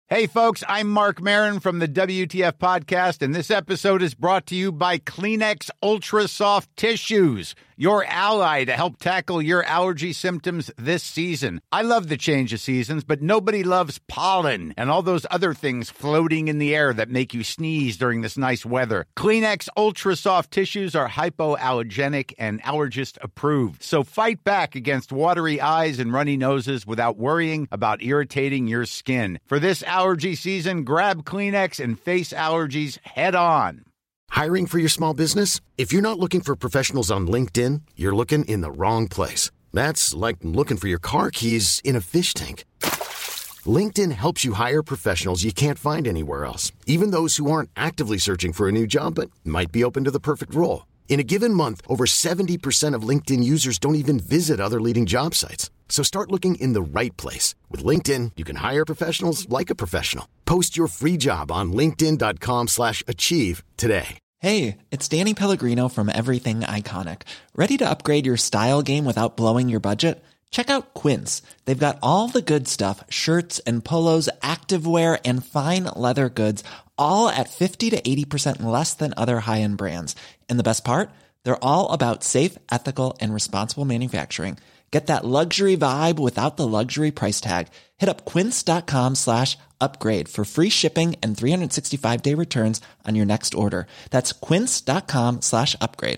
Hey, folks, I'm Mark Maron from the WTF Podcast, and this episode is brought to you by Kleenex Ultra Soft Tissues, your ally to help tackle your allergy symptoms this season. I love the change of seasons, but nobody loves pollen and all those other things floating in the air that make you sneeze during this nice weather. Kleenex Ultra Soft Tissues are hypoallergenic and allergist approved, so fight back against watery eyes and runny noses without worrying about irritating your skin. For this allergy season, grab Kleenex and face allergies head on. Hiring for your small business? If you're not looking for professionals on LinkedIn, you're looking in the wrong place. That's like looking for your car keys in a fish tank. LinkedIn helps you hire professionals you can't find anywhere else, even those who aren't actively searching for a new job but might be open to the perfect role. In a given month, over 70% of LinkedIn users don't even visit other leading job sites. So start looking in the right place. With LinkedIn, you can hire professionals like a professional. Post your free job on linkedin.com/achieve today. Hey, it's Danny Pellegrino from Everything Iconic. Ready to upgrade your style game without blowing your budget? Check out Quince. They've got all the good stuff, shirts and polos, activewear, and fine leather goods, all at 50 to 80% less than other high-end brands. And the best part? They're all about safe, ethical, and responsible manufacturing. Get that luxury vibe without the luxury price tag. Hit up quince.com/upgrade for free shipping and 365-day returns on your next order. That's quince.com/upgrade.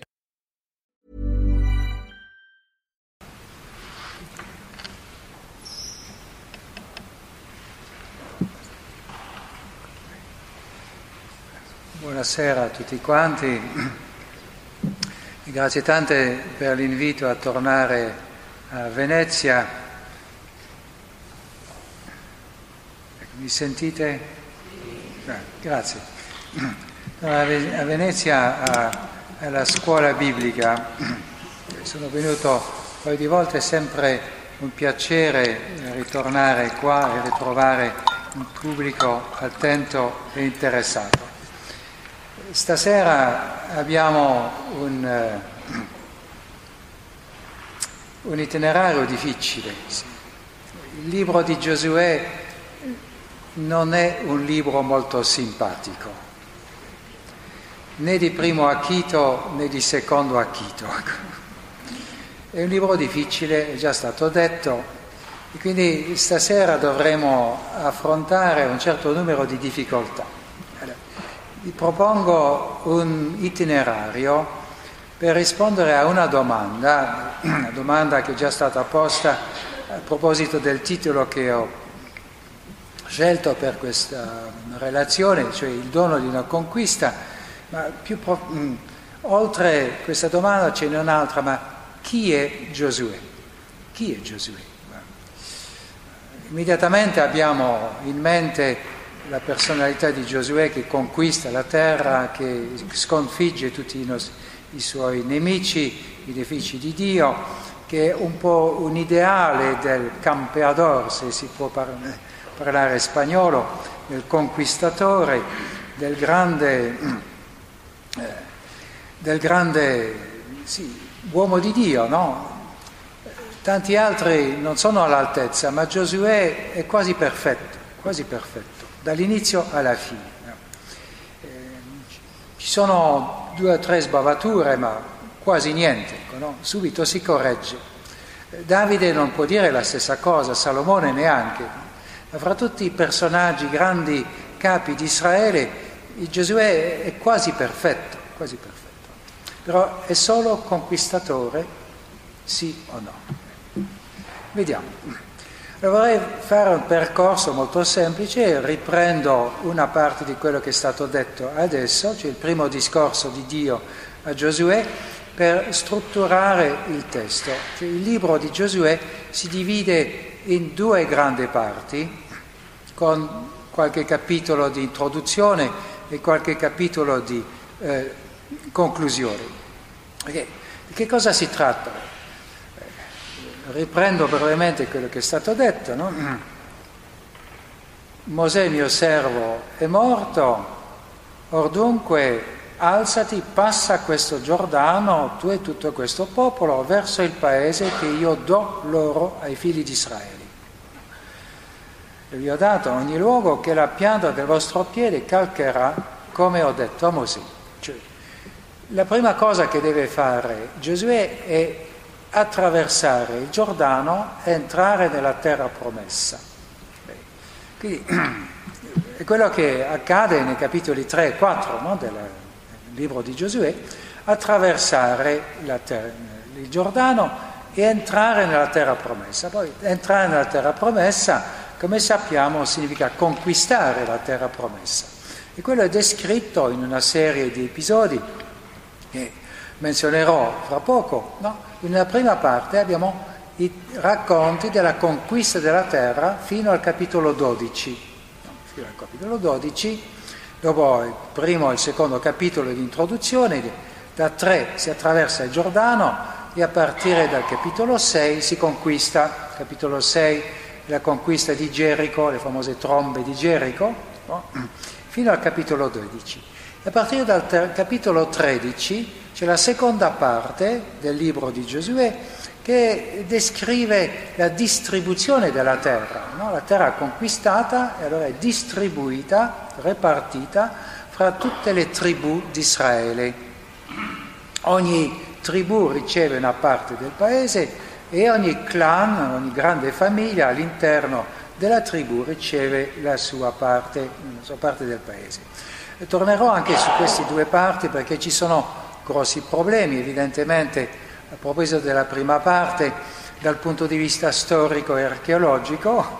Buonasera a tutti quanti. Grazie tante per l'invito a tornare a Venezia. Mi sentite? Grazie. A Venezia alla scuola biblica sono venuto un paio di volte, è sempre un piacere ritornare qua e ritrovare un pubblico attento e interessato. Stasera abbiamo un itinerario difficile. Il libro di Giosuè non è un libro molto simpatico, né di primo acchito né di secondo acchito. È un libro difficile, è già stato detto, e quindi stasera dovremo affrontare un certo numero di difficoltà. Vi propongo un itinerario per rispondere a una domanda che è già stata posta a proposito del titolo che ho scelto per questa relazione, cioè il dono di una conquista, ma oltre questa domanda ce n'è un'altra, ma chi è Giosuè? Chi è Giosuè? Immediatamente abbiamo in mente la personalità di Giosuè che conquista la terra, che sconfigge tutti i suoi nemici, i nemici di Dio, che è un po' un ideale del campeador, se si può parlare spagnolo, del conquistatore, del grande uomo di Dio, no? Tanti altri non sono all'altezza, ma Giosuè è quasi perfetto, dall'inizio alla fine. Ci sono 2 o 3 sbavature, ma quasi niente, no? Subito si corregge. Davide non può dire la stessa cosa, Salomone neanche. Ma fra tutti i personaggi, grandi capi di Israele, Giosuè è quasi perfetto. Però è solo conquistatore, sì o no? Vediamo. Vorrei fare un percorso molto semplice, riprendo una parte di quello che è stato detto adesso, cioè il primo discorso di Dio a Giosuè, per strutturare il testo. Cioè, il libro di Giosuè si divide in 2 grandi parti, con qualche capitolo di introduzione e qualche capitolo di conclusione. Di che cosa si tratta? Riprendo brevemente quello che è stato detto, no? Mosè mio servo è morto, or dunque alzati, passa questo Giordano, tu e tutto questo popolo, verso il paese che io do loro ai figli di Israele. vi ho dato ogni luogo che la pianta del vostro piede calcherà, come ho detto a Mosè. Cioè, la prima cosa che deve fare Giosuè è attraversare il Giordano e entrare nella terra promessa. Quindi è quello che accade nei capitoli 3 e 4, no, del libro di Giosuè, attraversare il Giordano e entrare nella terra promessa. Poi entrare nella terra promessa, come sappiamo, significa conquistare la terra promessa. E quello è descritto in una serie di episodi che menzionerò fra poco. No? Nella prima parte abbiamo i racconti della conquista della terra fino al capitolo 12. Fino al capitolo 12, dopo il primo e il secondo capitolo di introduzione, da 3 si attraversa il Giordano e a partire dal capitolo 6 si conquista. Capitolo 6, la conquista di Gerico, le famose trombe di Gerico, no? Fino al capitolo 12. A partire dal capitolo 13 c'è la seconda parte del libro di Giosuè che descrive la distribuzione della terra, no? La terra conquistata e allora è distribuita, repartita fra tutte le tribù di Israele. Ogni tribù riceve una parte del paese e ogni clan, ogni grande famiglia all'interno della tribù riceve la sua parte del paese. E tornerò anche su queste due parti perché ci sono grossi problemi, evidentemente. A proposito della prima parte, dal punto di vista storico e archeologico,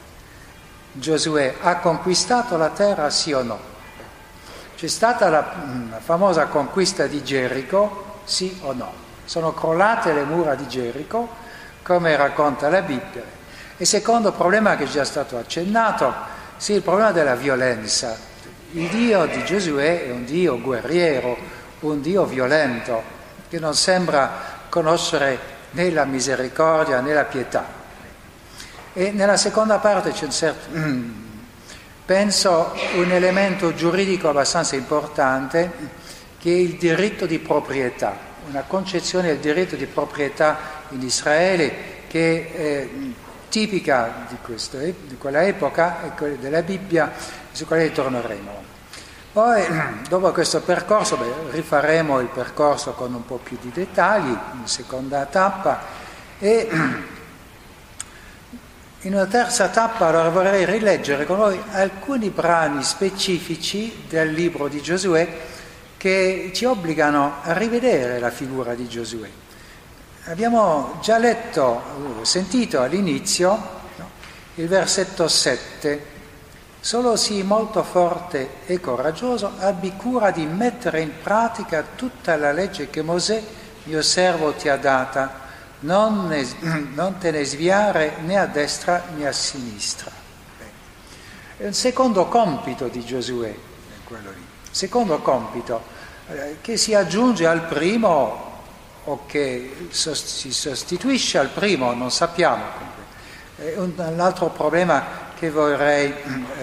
Giosuè ha conquistato la terra, sì o no? C'è stata la famosa conquista di Gerico, sì o no? Sono crollate le mura di Gerico, come racconta la Bibbia. E secondo problema che è già stato accennato, sì, il problema della violenza. Il Dio di Giosuè è un Dio guerriero, un Dio violento, che non sembra conoscere né la misericordia né la pietà. E nella seconda parte c'è penso un elemento giuridico abbastanza importante che è il diritto di proprietà, una concezione del diritto di proprietà in Israele che è tipica di quella epoca e della Bibbia, su quale torneremo. Poi, dopo questo percorso, rifaremo il percorso con un po' più di dettagli, in seconda tappa, e in una terza tappa allora vorrei rileggere con voi alcuni brani specifici del libro di Giosuè che ci obbligano a rivedere la figura di Giosuè. Abbiamo già sentito all'inizio, no, il versetto 7. Solo sii molto forte e coraggioso, abbi cura di mettere in pratica tutta la legge che Mosè, mio servo, ti ha data, non te ne sviare né a destra né a sinistra. È un secondo compito di Giosuè, quello lì. Secondo compito che si aggiunge al primo o che si sostituisce al primo, non sappiamo. È un altro problema che vorrei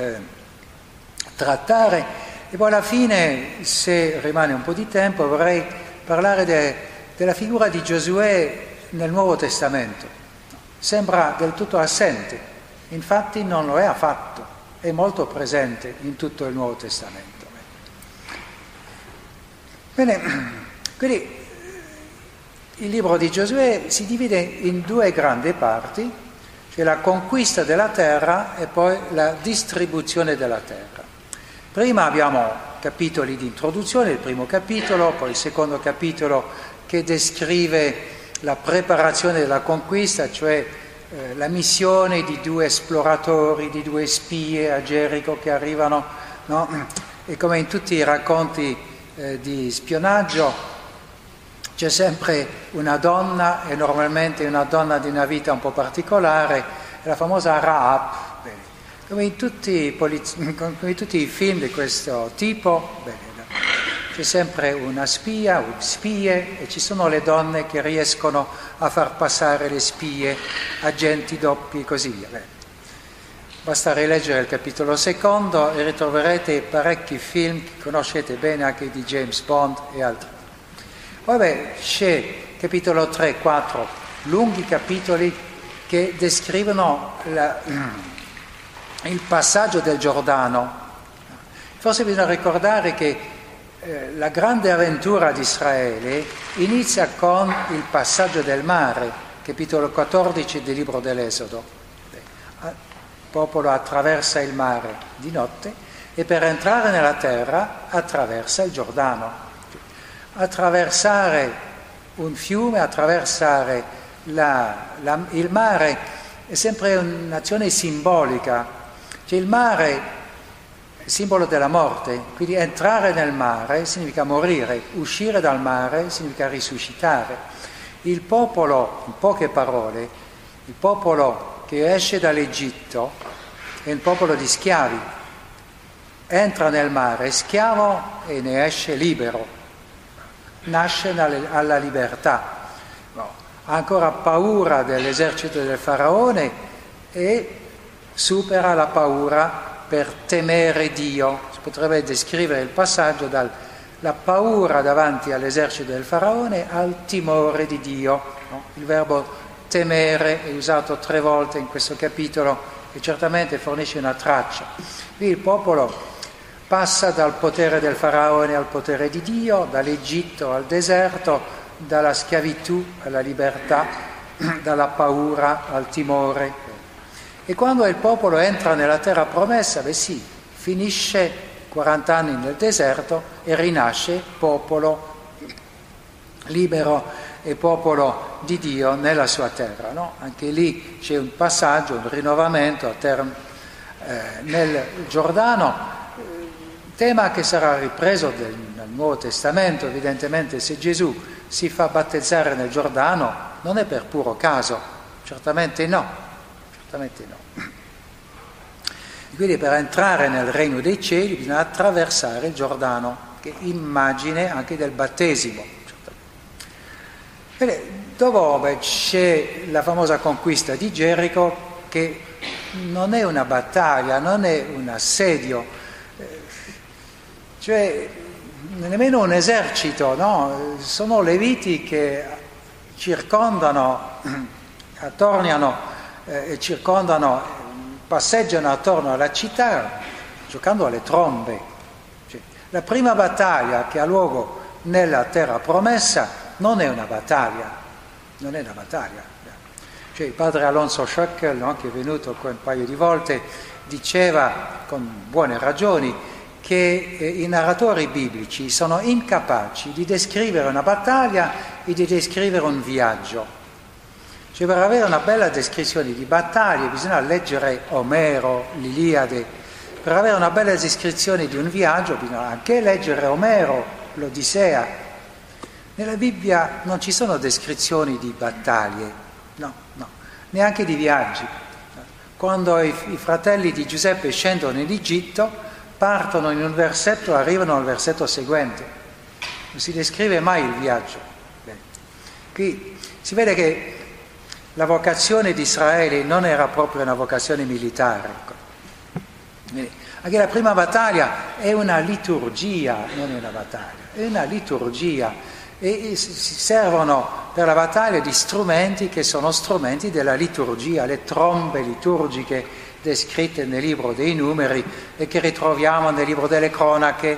trattare e poi alla fine, se rimane un po' di tempo, vorrei parlare della figura di Giosuè nel Nuovo Testamento. Sembra del tutto assente, infatti non lo è affatto, è molto presente in tutto il Nuovo Testamento. Bene, quindi il libro di Giosuè si divide in due grandi parti, cioè la conquista della terra e poi la distribuzione della terra. Prima abbiamo capitoli di introduzione, il primo capitolo, poi il secondo capitolo che descrive la preparazione della conquista, cioè la missione di 2 esploratori, di 2 spie a Gerico che arrivano, no? E come in tutti i racconti di spionaggio c'è sempre una donna, e normalmente una donna di una vita un po' particolare, la famosa Rahab. Come in tutti i film di questo tipo, c'è sempre una spia, spie, e ci sono le donne che riescono a far passare le spie, agenti doppi e così via. Basta rileggere il capitolo 2 e ritroverete parecchi film che conoscete bene anche di James Bond e altri. Poi c'è capitolo 3, 4, lunghi capitoli che descrivono il passaggio del Giordano. Forse bisogna ricordare che la grande avventura di Israele inizia con il passaggio del mare, capitolo 14 del libro dell'Esodo. Il popolo attraversa il mare di notte e per entrare nella terra attraversa il Giordano. Attraversare un fiume, attraversare il mare è sempre un'azione simbolica. Cioè il mare simbolo della morte, quindi entrare nel mare significa morire, uscire dal mare significa risuscitare. Il popolo, in poche parole, il popolo che esce dall'Egitto è un popolo di schiavi, entra nel mare schiavo e ne esce libero, nasce alla libertà. Ha ancora paura dell'esercito del faraone e supera la paura per temere Dio. Si potrebbe descrivere il passaggio dalla paura davanti all'esercito del faraone al timore di Dio. No? Il verbo temere è usato 3 volte in questo capitolo e certamente fornisce una traccia. Qui il popolo passa dal potere del faraone al potere di Dio, dall'Egitto al deserto, dalla schiavitù alla libertà, dalla paura al timore. E quando il popolo entra nella terra promessa, finisce 40 anni nel deserto e rinasce popolo libero e popolo di Dio nella sua terra. No? Anche lì c'è un passaggio, un rinnovamento nel Giordano, tema che sarà ripreso nel Nuovo Testamento. Evidentemente se Gesù si fa battezzare nel Giordano non è per puro caso, certamente no. Quindi per entrare nel regno dei cieli bisogna attraversare il Giordano, che è immagine anche del battesimo. Dopo c'è la famosa conquista di Gerico, che non è una battaglia, non è un assedio, cioè nemmeno un esercito, no? Sono leviti che passeggiano attorno alla città giocando alle trombe. Cioè, la prima battaglia che ha luogo nella terra promessa non è una battaglia. Cioè, il padre Alonso Schöckel, no, che è venuto qua un paio di volte, diceva con buone ragioni che i narratori biblici sono incapaci di descrivere una battaglia e di descrivere un viaggio. Cioè, per avere una bella descrizione di battaglie bisogna leggere Omero, l'Iliade. Per avere una bella descrizione di un viaggio bisogna anche leggere Omero, l'Odissea. Nella Bibbia non ci sono descrizioni di battaglie, no, neanche di viaggi. Quando i fratelli di Giuseppe scendono in Egitto, partono in un versetto, arrivano al versetto seguente. Non si descrive mai il viaggio. Qui si vede che la vocazione di Israele non era proprio una vocazione militare. Anche la prima battaglia è una liturgia, non è una battaglia, è una liturgia. E si servono per la battaglia di strumenti che sono strumenti della liturgia, le trombe liturgiche descritte nel libro dei Numeri e che ritroviamo nel libro delle Cronache.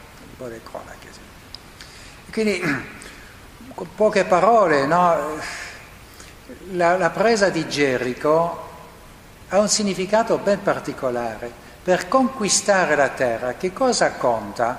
Quindi, con poche parole, no? La presa di Gerico ha un significato ben particolare. Per conquistare la terra, che cosa conta?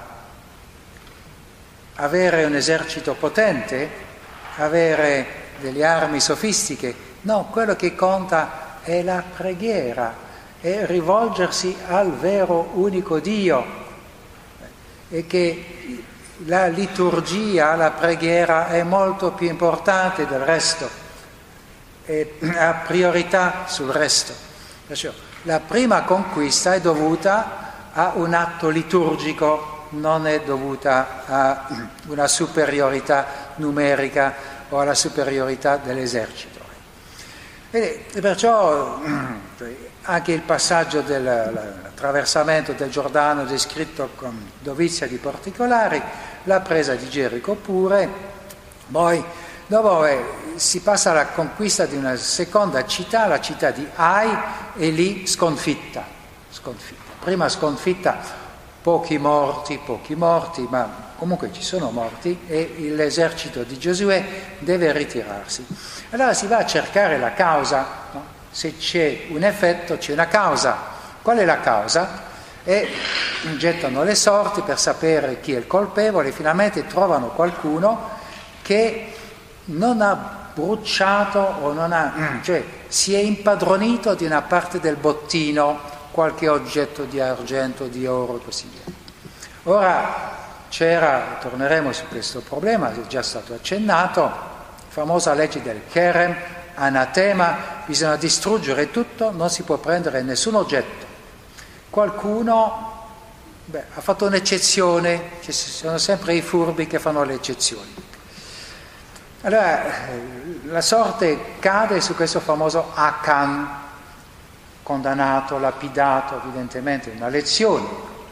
Avere un esercito potente? Avere delle armi sofistiche? No, quello che conta è la preghiera, è rivolgersi al vero unico Dio. E che la liturgia, la preghiera è molto più importante del resto. E ha priorità sul resto. Perciò la prima conquista è dovuta a un atto liturgico, non è dovuta a una superiorità numerica o alla superiorità dell'esercito. E perciò anche il passaggio dell'attraversamento del Giordano descritto con dovizia di particolari, la presa di Gerico pure, poi dopo si passa alla conquista di una seconda città, la città di Ai, e lì sconfitta. sconfitta. Prima sconfitta, pochi morti, ma comunque ci sono morti e l'esercito di Giosuè deve ritirarsi. Allora si va a cercare la causa, no? Se c'è un effetto c'è una causa. Qual è la causa? E gettano le sorti per sapere chi è il colpevole, finalmente trovano qualcuno che non ha bruciato o non ha, cioè si è impadronito di una parte del bottino, qualche oggetto di argento, di oro e così via. Ora torneremo su questo problema, è già stato accennato, famosa legge del Kerem, anatema, bisogna distruggere tutto, non si può prendere nessun oggetto. Qualcuno ha fatto un'eccezione, ci sono sempre i furbi che fanno le eccezioni. Allora la sorte cade su questo famoso Achan, condannato, lapidato, evidentemente una lezione.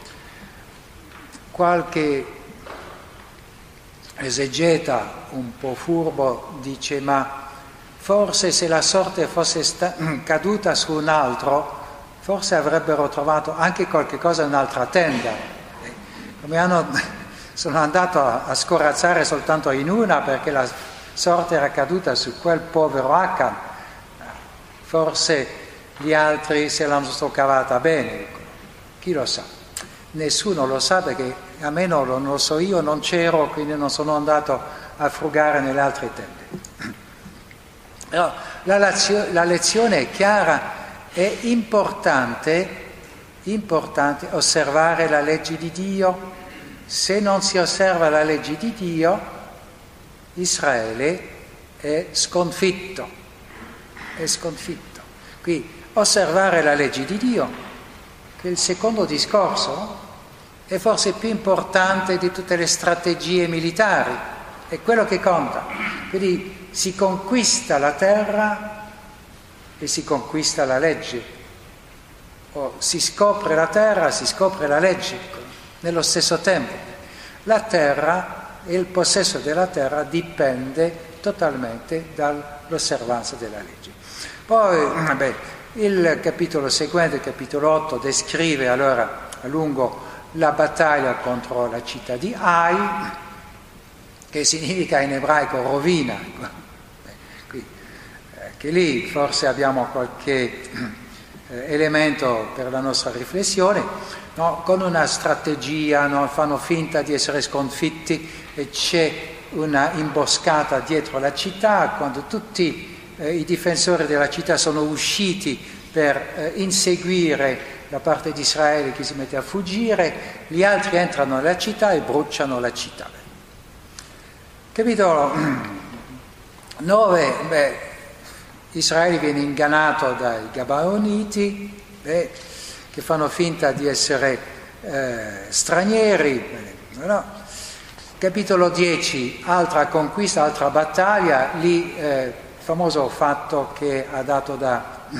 Qualche esegeta un po' furbo dice: ma forse se la sorte fosse caduta su un altro, forse avrebbero trovato anche qualche cosa in un'altra tenda. Sono andato a scorazzare soltanto in una perché la sorte era caduta su quel povero Achan, forse gli altri se l'hanno cavata bene, chi lo sa? Nessuno lo sa perché almeno non lo so io, non c'ero, quindi non sono andato a frugare nelle altre tende. Però la lezione è chiara. È importante osservare la legge di Dio. Se non si osserva la legge di Dio, Israele è sconfitto. Qui osservare la legge di Dio, che è il secondo discorso, è forse più importante di tutte le strategie militari, è quello che conta. Quindi si conquista la terra e si conquista la legge, o si scopre la terra, si scopre la legge nello stesso tempo. La terra e il possesso della terra dipende totalmente dall'osservanza della legge. Poi il capitolo seguente, il capitolo 8, descrive allora a lungo la battaglia contro la città di Ai, che significa in ebraico rovina. Che lì forse abbiamo qualche elemento per la nostra riflessione, no? Con una strategia, no? Fanno finta di essere sconfitti e c'è una imboscata dietro la città, quando tutti i difensori della città sono usciti per inseguire la parte di Israele che si mette a fuggire, gli altri entrano nella città e bruciano la città. Capitolo 9, Israele viene ingannato dai Gabaoniti che fanno finta di essere stranieri. No? Capitolo 10, altra conquista, altra battaglia, lì famoso fatto che ha dato da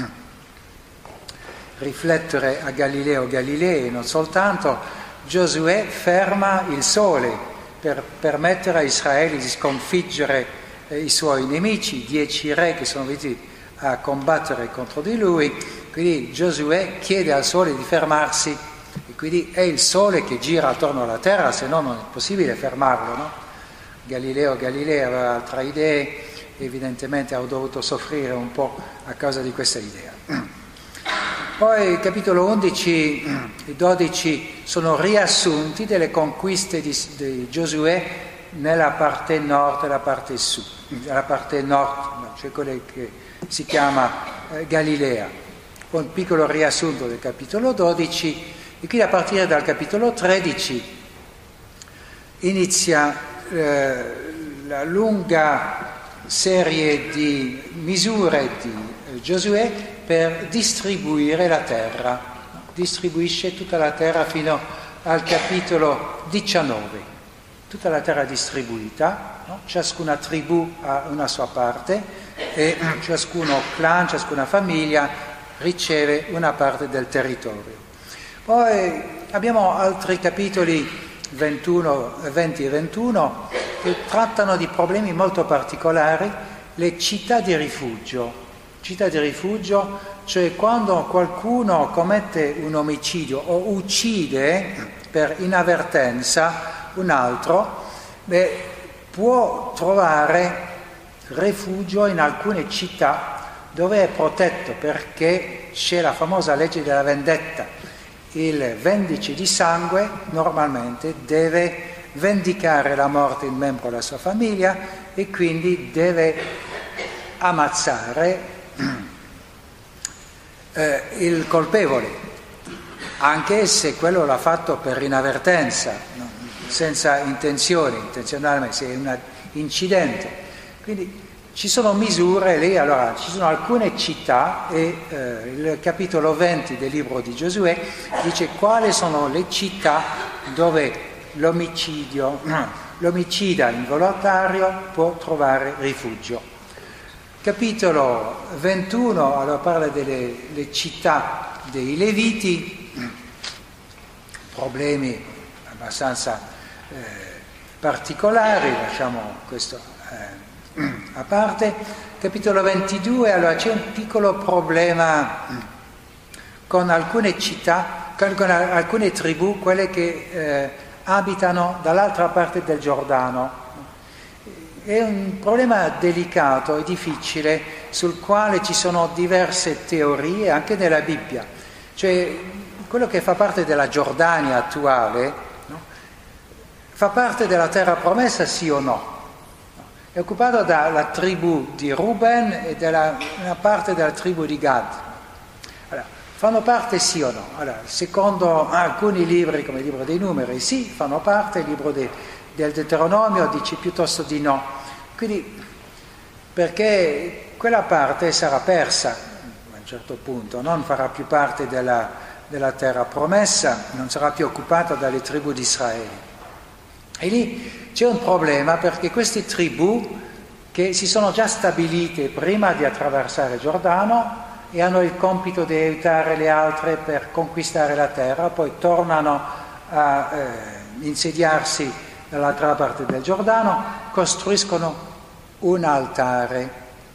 riflettere a Galileo Galilei, non soltanto. Giosuè ferma il sole per permettere a Israele di sconfiggere i suoi nemici, 10 re che sono venuti a combattere contro di lui, quindi Giosuè chiede al sole di fermarsi e quindi è il sole che gira attorno alla terra, se no non è possibile fermarlo, no? Galileo Galilei aveva altre idee, evidentemente ha dovuto soffrire un po' a causa di questa idea. Poi capitolo 11 e 12 sono riassunti delle conquiste di Giosuè nella parte nord e la parte sud, la parte nord, cioè quella che si chiama Galilea, un piccolo riassunto del capitolo 12 e qui a partire dal capitolo 13 inizia la lunga serie di misure di Giosuè per distribuire la terra, distribuisce tutta la terra fino al capitolo 19. Tutta la terra distribuita, no? Ciascuna tribù ha una sua parte e ciascuno clan, ciascuna famiglia riceve una parte del territorio. Poi abbiamo altri capitoli 20 e 21 che trattano di problemi molto particolari, le città di rifugio, città di rifugio, cioè quando qualcuno commette un omicidio o uccide per inavvertenza un altro, può trovare rifugio in alcune città dove è protetto, perché c'è la famosa legge della vendetta. Il vendice di sangue normalmente deve vendicare la morte di un membro della sua famiglia e quindi deve ammazzare il colpevole, anche se quello l'ha fatto per inavvertenza, no? Senza intenzionalmente, se è un incidente. Quindi ci sono misure lì. Allora ci sono alcune città e il capitolo 20 del libro di Giosuè dice quali sono le città dove l'omicida involontario può trovare rifugio. Capitolo 21 allora parla delle città dei Leviti, problemi abbastanza particolari, lasciamo questo a parte. Capitolo 22, allora c'è un piccolo problema con alcune città, con alcune tribù, quelle che abitano dall'altra parte del Giordano. È un problema delicato e difficile sul quale ci sono diverse teorie anche nella Bibbia. Cioè quello che fa parte della Giordania attuale, no? Fa parte della terra promessa, sì o no? È occupato dalla tribù di Ruben e da una parte della tribù di Gad. Allora, fanno parte sì o no? Allora, secondo alcuni libri, come il libro dei Numeri, sì, fanno parte, il libro del Deuteronomio dice piuttosto di no. Quindi, perché quella parte sarà persa a un certo punto, non farà più parte della terra promessa, non sarà più occupata dalle tribù di Israele. E lì c'è un problema, perché queste tribù che si sono già stabilite prima di attraversare il Giordano e hanno il compito di aiutare le altre per conquistare la terra, poi tornano a insediarsi dall'altra parte del Giordano, costruiscono un altare.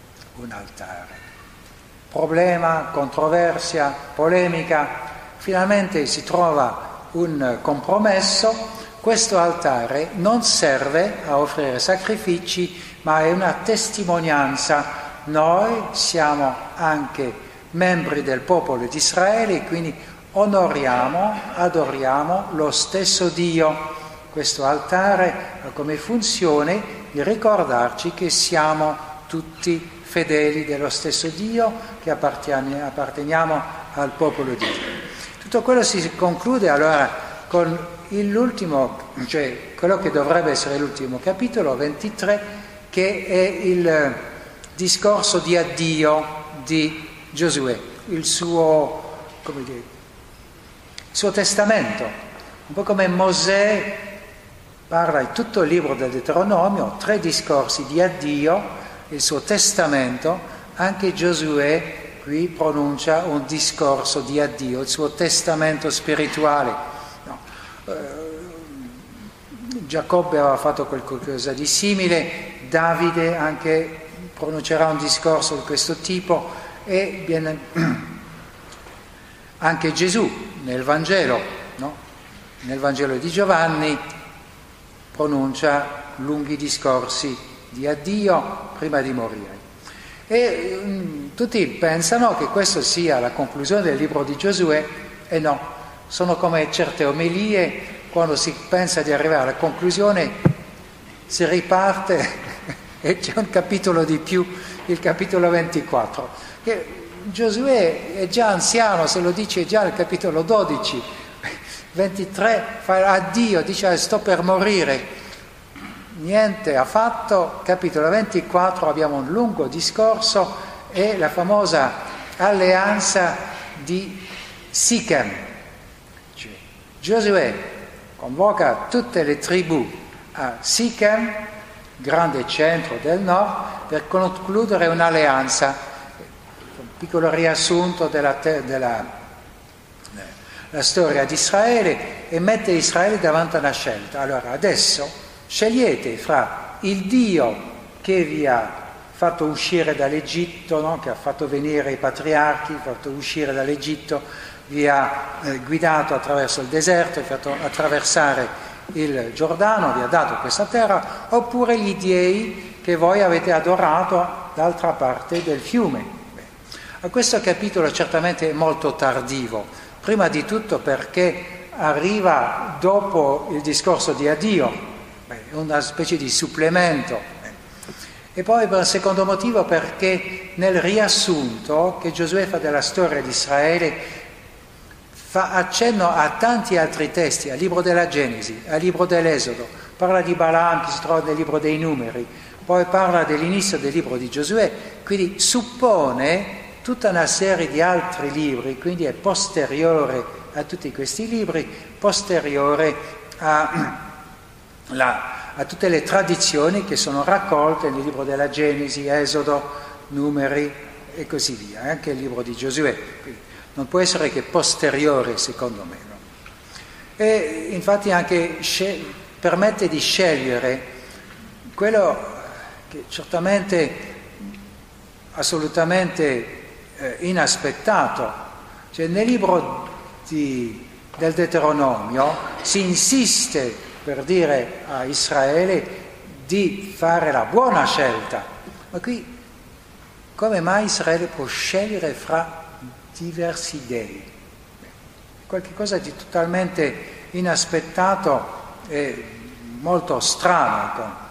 Problema, controversia, polemica, finalmente si trova un compromesso. Questo altare non serve a offrire sacrifici, ma è una testimonianza. Noi siamo anche membri del popolo di Israele, quindi onoriamo, adoriamo lo stesso Dio. Questo altare ha come funzione di ricordarci che siamo tutti fedeli dello stesso Dio, che apparteniamo al popolo di Dio. Tutto quello si conclude allora con l'ultimo, cioè quello che dovrebbe essere l'ultimo capitolo 23, che è il discorso di addio di Giosuè, il suo testamento, un po' come Mosè parla in tutto il libro del Deuteronomio, 3 discorsi di addio, il suo testamento. Anche Giosuè qui pronuncia un discorso di addio, il suo testamento spirituale. Giacobbe aveva fatto qualcosa di simile, Davide anche pronuncerà un discorso di questo tipo, e viene anche Gesù nel Vangelo, no? Nel Vangelo di Giovanni pronuncia lunghi discorsi di addio prima di morire. E tutti pensano che questo sia la conclusione del libro di Giosuè, e no, sono come certe omelie. Quando si pensa di arrivare alla conclusione si riparte e c'è un capitolo di più, il capitolo 24. Che Giosuè è già anziano, se lo dice già nel capitolo 12, 23 fa addio, dice sto per morire. Niente ha fatto. Capitolo 24 abbiamo un lungo discorso e la famosa alleanza di Sichem. Cioè, Giosuè convoca tutte le tribù a Sichem, grande centro del nord, per concludere un'alleanza. Un piccolo riassunto della storia di Israele, e mette Israele davanti a una scelta. Allora, adesso scegliete fra il Dio che vi ha fatto uscire dall'Egitto, no? Che ha fatto venire i patriarchi, ha fatto uscire dall'Egitto, vi ha guidato attraverso il deserto, vi ha fatto attraversare il Giordano, vi ha dato questa terra, oppure gli dei che voi avete adorato d'altra parte del fiume. A questo capitolo certamente è molto tardivo, prima di tutto perché arriva dopo il discorso di addio, è una specie di supplemento, e poi per il secondo motivo perché nel riassunto che Giosuè fa della storia di Israele fa accenno a tanti altri testi, al libro della Genesi, al libro dell'Esodo, parla di Balaam che si trova nel libro dei Numeri, poi parla dell'inizio del libro di Giosuè, quindi suppone tutta una serie di altri libri, quindi è posteriore a tutti questi libri, posteriore a tutte le tradizioni che sono raccolte nel libro della Genesi, Esodo, Numeri e così via, anche il libro di Giosuè. Quindi non può essere che posteriore, secondo me. No? E infatti anche permette di scegliere quello che certamente, assolutamente inaspettato. Cioè nel libro del Deuteronomio si insiste per dire a Israele di fare la buona scelta, ma qui come mai Israele può scegliere fra diversi dei? Qualche cosa di totalmente inaspettato e molto strano,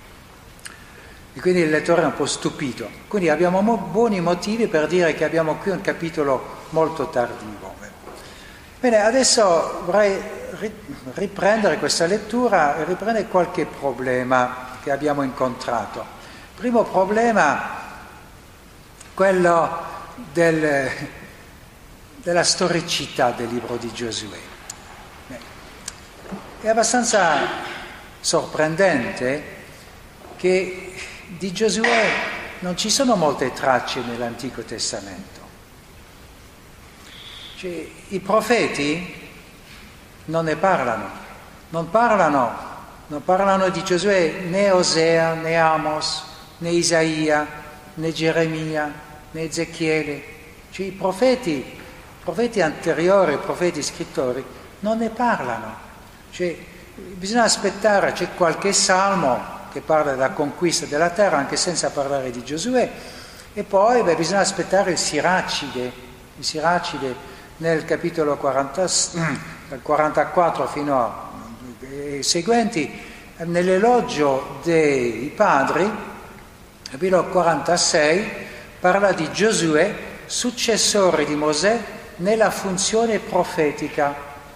e quindi il lettore è un po' stupito. Quindi abbiamo buoni motivi per dire che abbiamo qui un capitolo molto tardivo. Bene, adesso vorrei riprendere questa lettura e riprendere qualche problema che abbiamo incontrato. Primo problema, quello della storicità del libro di Giosuè. È abbastanza sorprendente che di Giosuè non ci sono molte tracce nell'Antico Testamento. Cioè, i profeti non ne parlano, non parlano di Giosuè né Osea, né Amos, né Isaia, né Geremia, né Ezechiele. Cioè, i profeti anteriori, i profeti scrittori, non ne parlano. Cioè, bisogna aspettare, c'è qualche salmo che parla della conquista della terra, anche senza parlare di Giosuè, e poi bisogna aspettare il Siracide nel capitolo 44 fino ai seguenti, nell'elogio dei padri, capitolo 46, parla di Giosuè, successore di Mosè, nella funzione profetica.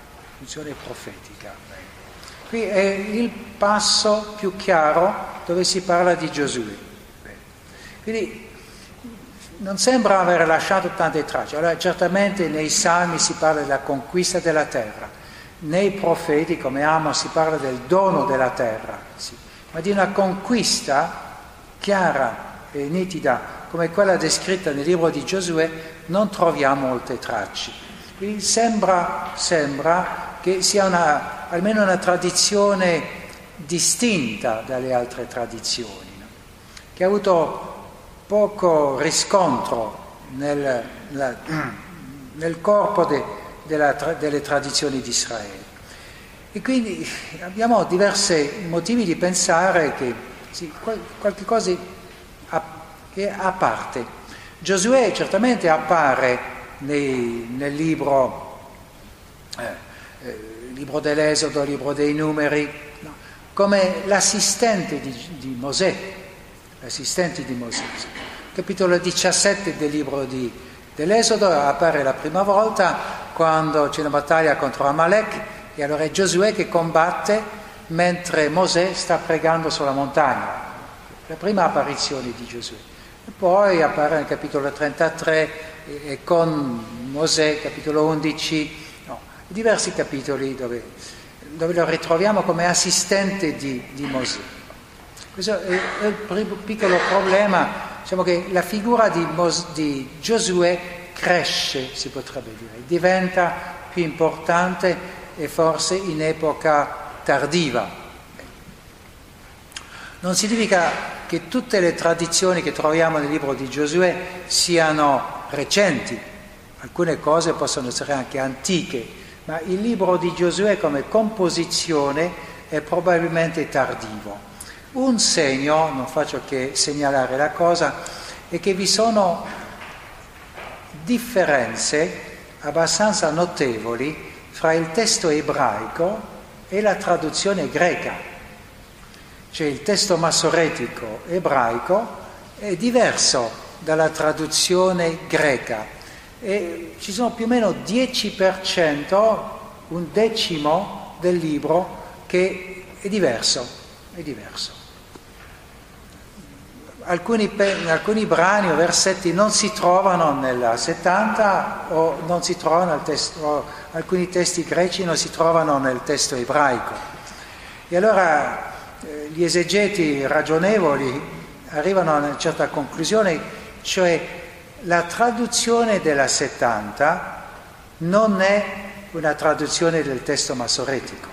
Qui è il passo più chiaro dove si parla di Giosuè. Quindi non sembra aver lasciato tante tracce. Allora, certamente nei Salmi si parla della conquista della terra, nei profeti come Amos si parla del dono della terra, sì. Ma di una conquista chiara e nitida come quella descritta nel libro di Giosuè non troviamo molte tracce. Quindi sembra che sia almeno una tradizione distinta dalle altre tradizioni, no? Che ha avuto poco riscontro nel corpo delle tradizioni di Israele. E quindi abbiamo diversi motivi di pensare che sì, qualche cosa è a parte. Giosuè certamente appare nel libro dell'Esodo, libro dei Numeri, no? Come l'assistente di Mosè. Capitolo 17 del libro dell'Esodo appare la prima volta quando c'è una battaglia contro Amalek, e allora è Giosuè che combatte mentre Mosè sta pregando sulla montagna. La prima apparizione di Giosuè. E poi appare nel capitolo 33 e con Mosè, capitolo 11, diversi capitoli dove lo ritroviamo come assistente di Mosè. Questo è il primo piccolo problema, diciamo che la figura di Giosuè cresce, si potrebbe dire, diventa più importante e forse in epoca tardiva. Non significa che tutte le tradizioni che troviamo nel libro di Giosuè siano recenti, alcune cose possono essere anche antiche, ma il libro di Giosuè come composizione è probabilmente tardivo. Un segno, non faccio che segnalare la cosa, è che vi sono differenze abbastanza notevoli fra il testo ebraico e la traduzione greca. Cioè il testo massoretico ebraico è diverso dalla traduzione greca e ci sono più o meno 10%, un decimo del libro che è diverso. Alcuni brani o versetti non si trovano nella 70 o non si trovano nel testo, o alcuni testi greci non si trovano nel testo ebraico. E allora gli esegeti ragionevoli arrivano a una certa conclusione, cioè la traduzione della 70 non è una traduzione del testo massoretico,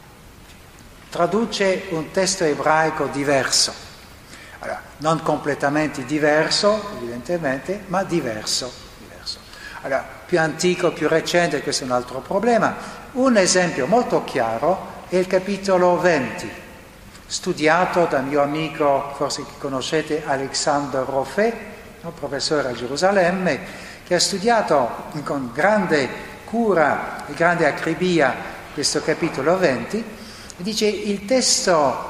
traduce un testo ebraico diverso, allora, non completamente diverso evidentemente, ma diverso. Allora, più antico, più recente, questo è un altro problema. Un esempio molto chiaro è il capitolo 20, studiato dal mio amico, forse che conoscete, Alexandre Roffet, un professore a Gerusalemme, che ha studiato con grande cura e grande acribia questo capitolo 20, e dice il testo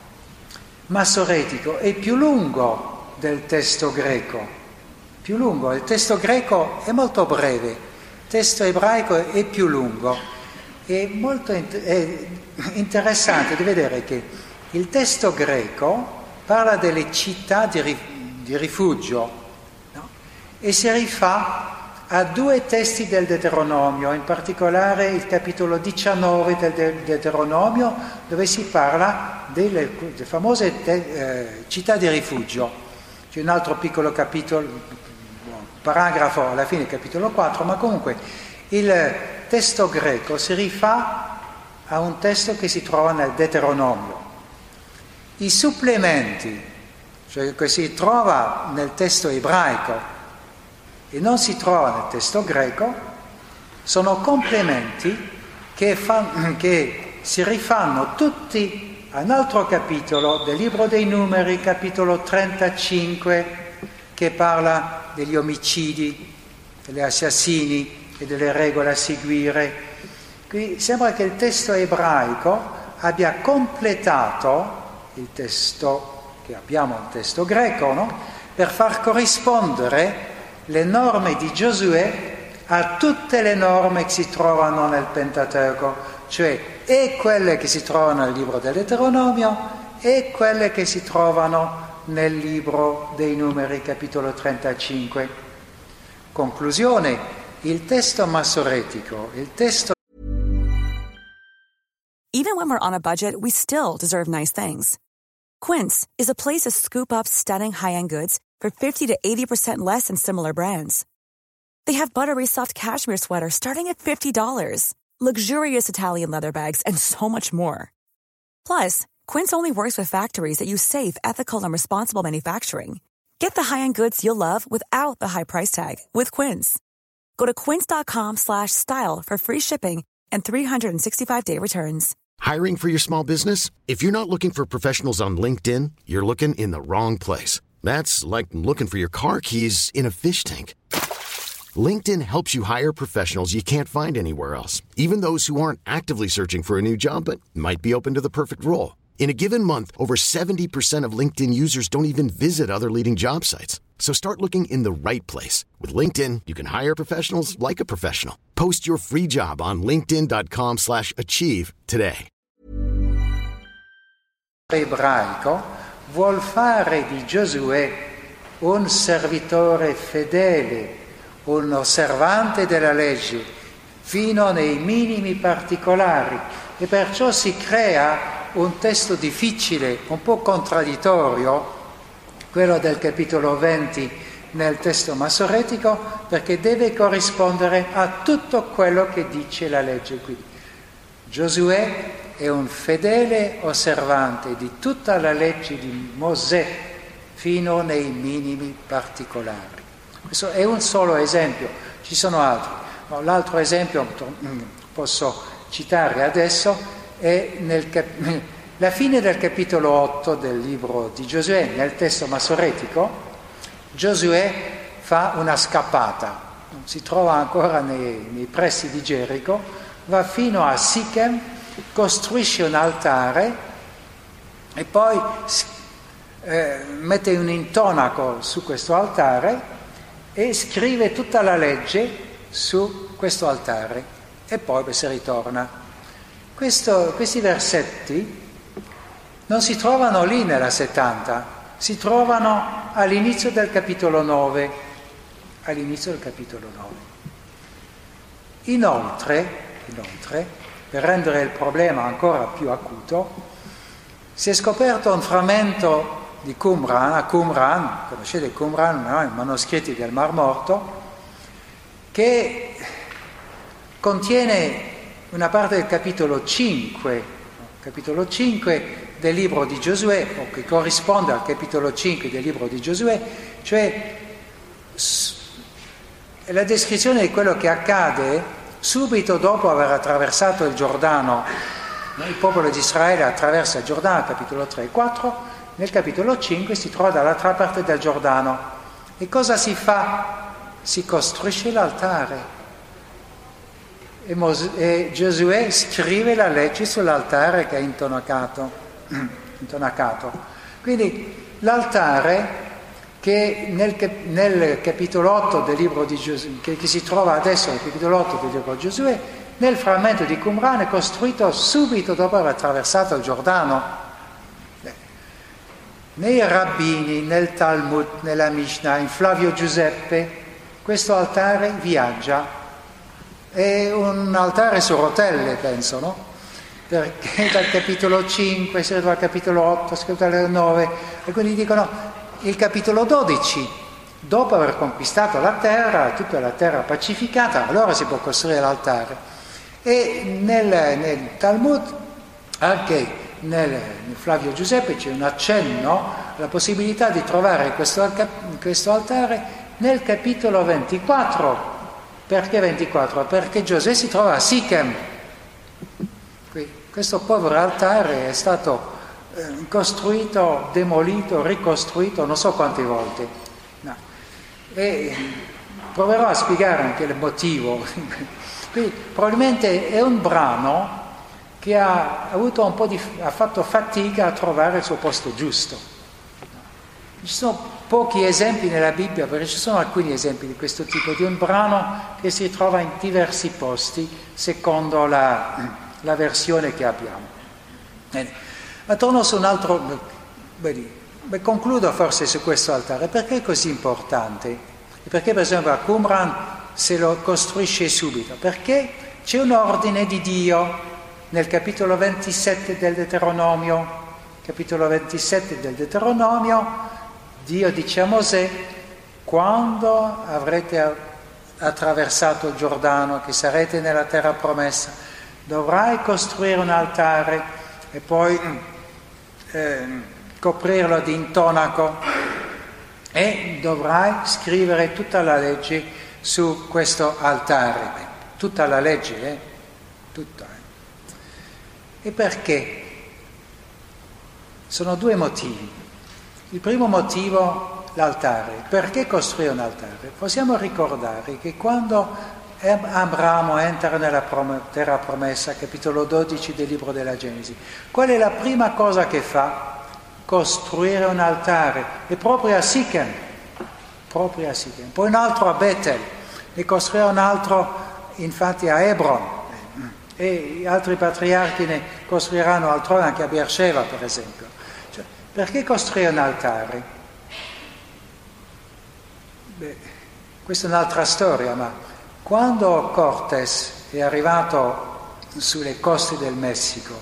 massoretico è più lungo del testo greco, più lungo, il testo greco è molto breve, il testo ebraico è più lungo. È molto interessante di vedere che il testo greco parla delle città di rifugio, no? E si rifà a due testi del Deuteronomio, in particolare il capitolo 19 del Deuteronomio, dove si parla delle famose città di rifugio. C'è un altro piccolo capitolo, paragrafo alla fine, capitolo 4, ma comunque il testo greco si rifà a un testo che si trova nel Deuteronomio. I supplementi, cioè che si trova nel testo ebraico e non si trova nel testo greco, sono complementi che si rifanno tutti a un altro capitolo del libro dei Numeri, capitolo 35, che parla degli omicidi, degli assassini e delle regole a seguire. Qui sembra che il testo ebraico abbia completato il testo che abbiamo, il testo greco, no? Per far corrispondere le norme di Giosuè a tutte le norme che si trovano nel Pentateuco, cioè e quelle che si trovano nel libro del Deuteronomio e quelle che si trovano nel libro dei Numeri, capitolo 35. Conclusione, il testo massoretico, il testo... Even when we're on a budget, we still deserve nice things. Quince is a place to scoop up stunning high-end goods for 50 to 80% less than similar brands. They have buttery soft cashmere sweaters starting at $50, luxurious Italian leather bags, and so much more. Plus, Quince only works with factories that use safe, ethical, and responsible manufacturing. Get the high-end goods you'll love without the high price tag with Quince. Go to quince.com/style for free shipping and 365-day returns. Hiring for your small business? If you're not looking for professionals on LinkedIn, you're looking in the wrong place. That's like looking for your car keys in a fish tank. LinkedIn helps you hire professionals you can't find anywhere else, even those who aren't actively searching for a new job but might be open to the perfect role. In a given month, over 70% of LinkedIn users don't even visit other leading job sites. So start looking in the right place. With LinkedIn, you can hire professionals like a professional. Post your free job on linkedin.com/achieve today. Ebraico vuol fare di Giosuè un servitore fedele, un osservante della legge, fino nei minimi particolari, e perciò si crea un testo difficile, un po' contraddittorio, quello del capitolo 20 nel testo massoretico, perché deve corrispondere a tutto quello che dice la legge. Quindi Giosuè è un fedele osservante di tutta la legge di Mosè fino nei minimi particolari. Questo è un solo esempio, ci sono altri. Ma l'altro esempio posso citare adesso è la fine del capitolo 8 del libro di Giosuè. Nel testo massoretico Giosuè fa una scappata, si trova ancora nei pressi di Gerico, va fino a Sichem, costruisce un altare e poi mette un intonaco su questo altare e scrive tutta la legge su questo altare e poi si ritorna. Questi versetti non si trovano lì nella 70, si trovano all'inizio del capitolo 9. All'inizio del capitolo 9. Inoltre, per rendere il problema ancora più acuto, si è scoperto un frammento di Qumran, conoscete Qumran, no? I manoscritti del Mar Morto, che contiene una parte del capitolo 5 del libro di Giosuè, o che corrisponde al capitolo 5 del libro di Giosuè, cioè è la descrizione di quello che accade subito dopo aver attraversato il Giordano. Il popolo di Israele attraversa il Giordano, capitolo 3 e 4, nel capitolo 5 si trova dall'altra parte del Giordano. E cosa si fa? Si costruisce l'altare. E Giosuè scrive la legge sull'altare che è intonacato. Quindi l'altare che nel capitolo 8 del libro di Giosuè, che si trova adesso nel capitolo 8 del libro di Giosuè, nel frammento di Qumran è costruito subito dopo aver attraversato il Giordano. Nei rabbini, nel Talmud, nella Mishnah, in Flavio Giuseppe, questo altare viaggia. È un altare su rotelle, penso, no? Perché dal capitolo 5 si arriva al capitolo 8, si arriva al 9, e quindi dicono il capitolo 12, dopo aver conquistato la terra, tutta la terra pacificata, allora si può costruire l'altare. E nel Talmud, anche nel Flavio Giuseppe, c'è un accenno alla possibilità di trovare questo altare nel capitolo 24. Perché 24? Perché Giosuè si trova a Sichem. Questo povero altare è stato costruito, demolito, ricostruito non so quante volte. No. E proverò a spiegare anche il motivo. Quindi probabilmente è un brano che ha fatto fatica a trovare il suo posto giusto. Ci sono pochi esempi nella Bibbia, perché ci sono alcuni esempi di questo tipo, di un brano che si trova in diversi posti secondo la versione che abbiamo. Bene. Ma torno su un altro, concludo forse su questo altare. Perché è così importante? Perché per esempio a Qumran se lo costruisce subito? Perché c'è un ordine di Dio nel capitolo 27 del Deuteronomio. Capitolo 27 del Deuteronomio, Dio dice a Mosè: quando avrete attraversato il Giordano, che sarete nella terra promessa, dovrai costruire un altare e poi coprirlo di intonaco e dovrai scrivere tutta la legge su questo altare. Tutta la legge, tutta. E perché? Sono due motivi. Il primo motivo, l'altare. Perché costruire un altare? Possiamo ricordare che quando Abramo entra nella terra promessa, capitolo 12 del libro della Genesi, qual è la prima cosa che fa? Costruire un altare, e proprio a Sichem, poi un altro a Betel, ne costruire un altro infatti a Hebron, e altri patriarchi ne costruiranno altrove, anche a Beersheba per esempio. Cioè, perché costruire un altare? Questa è un'altra storia, ma quando Cortés è arrivato sulle coste del Messico,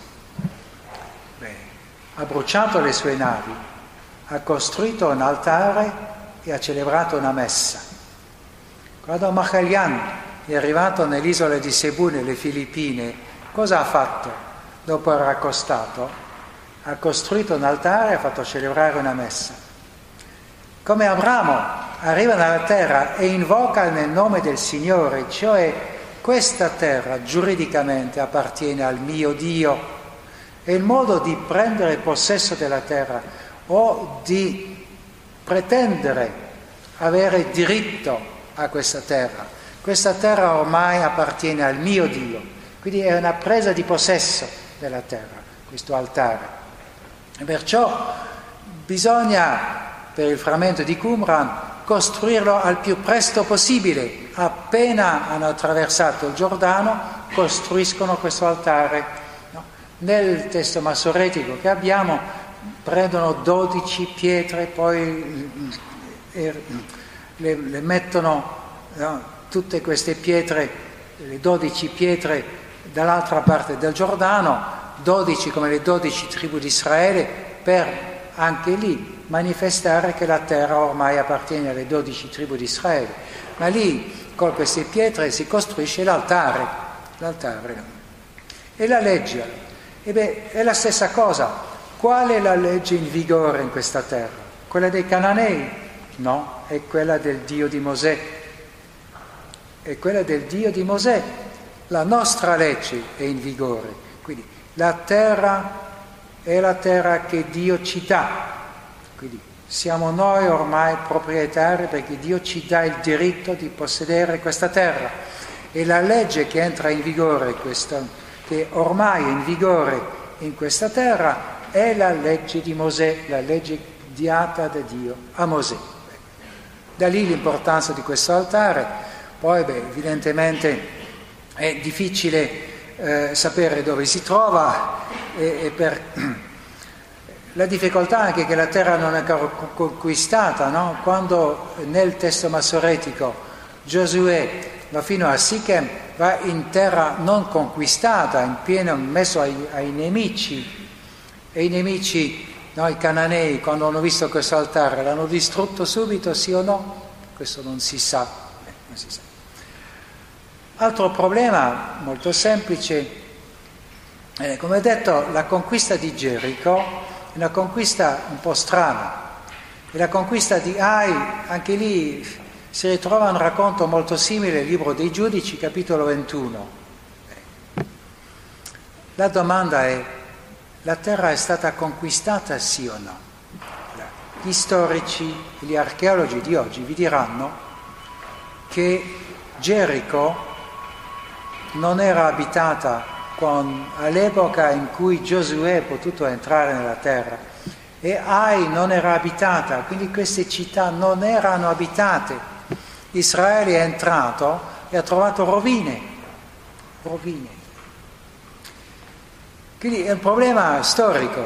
ha bruciato le sue navi, ha costruito un altare e ha celebrato una messa. Quando Magellan è arrivato nell'isola di Cebú, nelle Filippine, cosa ha fatto? dopo aver accostato, ha costruito un altare e ha fatto celebrare una messa. Come Abramo arriva nella terra e invoca nel nome del Signore, cioè questa terra giuridicamente appartiene al mio Dio. E il modo di prendere possesso della terra o di pretendere avere diritto a questa terra ormai appartiene al mio Dio. Quindi è una presa di possesso della terra, questo altare. E perciò bisogna, per il frammento di Qumran, costruirlo al più presto possibile. Appena hanno attraversato il Giordano, costruiscono questo altare. No? Nel testo massoretico che abbiamo, prendono 12 pietre, poi le mettono, no? Tutte queste pietre, le 12 pietre dall'altra parte del Giordano, 12 come le 12 tribù di Israele, per anche lì manifestare che la terra ormai appartiene alle 12 tribù di Israele. Ma lì con queste pietre si costruisce l'altare. E la legge? È la stessa cosa. Qual è la legge in vigore in questa terra? Quella dei Cananei? No, è quella del Dio di Mosè. È quella del Dio di Mosè. La nostra legge è in vigore. Quindi la terra è la terra che Dio ci dà. Quindi siamo noi ormai proprietari perché Dio ci dà il diritto di possedere questa terra. E la legge che entra in vigore, che ormai è in vigore in questa terra, è la legge di Mosè, la legge data da Dio a Mosè. Da lì l'importanza di questo altare. Poi evidentemente è difficile sapere dove si trova e per la difficoltà anche che la terra non è conquistata, no? Quando nel testo massoretico Giosuè va fino a Sichem, va in terra non conquistata, in pieno messo ai nemici, e i nemici, no, i Cananei, quando hanno visto questo altare, l'hanno distrutto subito, sì o no? Questo non si sa. Non si sa. Altro problema molto semplice, come detto, la conquista di Gerico è una conquista un po' strana. E la conquista di Ai, anche lì si ritrova un racconto molto simile al libro dei Giudici, capitolo 21. La domanda è: la terra è stata conquistata sì o no? Gli storici, gli archeologi di oggi vi diranno che Gerico non era abitata all'epoca in cui Giosuè è potuto entrare nella terra, e Ai non era abitata, quindi queste città non erano abitate. Israele è entrato e ha trovato rovine. Quindi è un problema storico.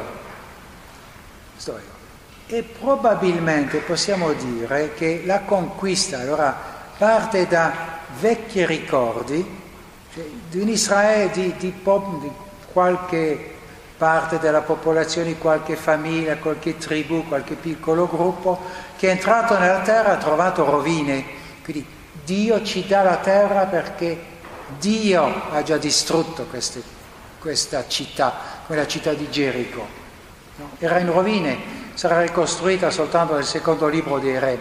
E probabilmente possiamo dire che la conquista allora parte da vecchi ricordi, cioè di un Israele, di qualche parte della popolazione, qualche famiglia, qualche tribù, qualche piccolo gruppo che è entrato nella terra e ha trovato rovine. Quindi Dio ci dà la terra perché Dio ha già distrutto questa città, quella città di Gerico. No? Era in rovine, sarà ricostruita soltanto nel secondo libro dei Re.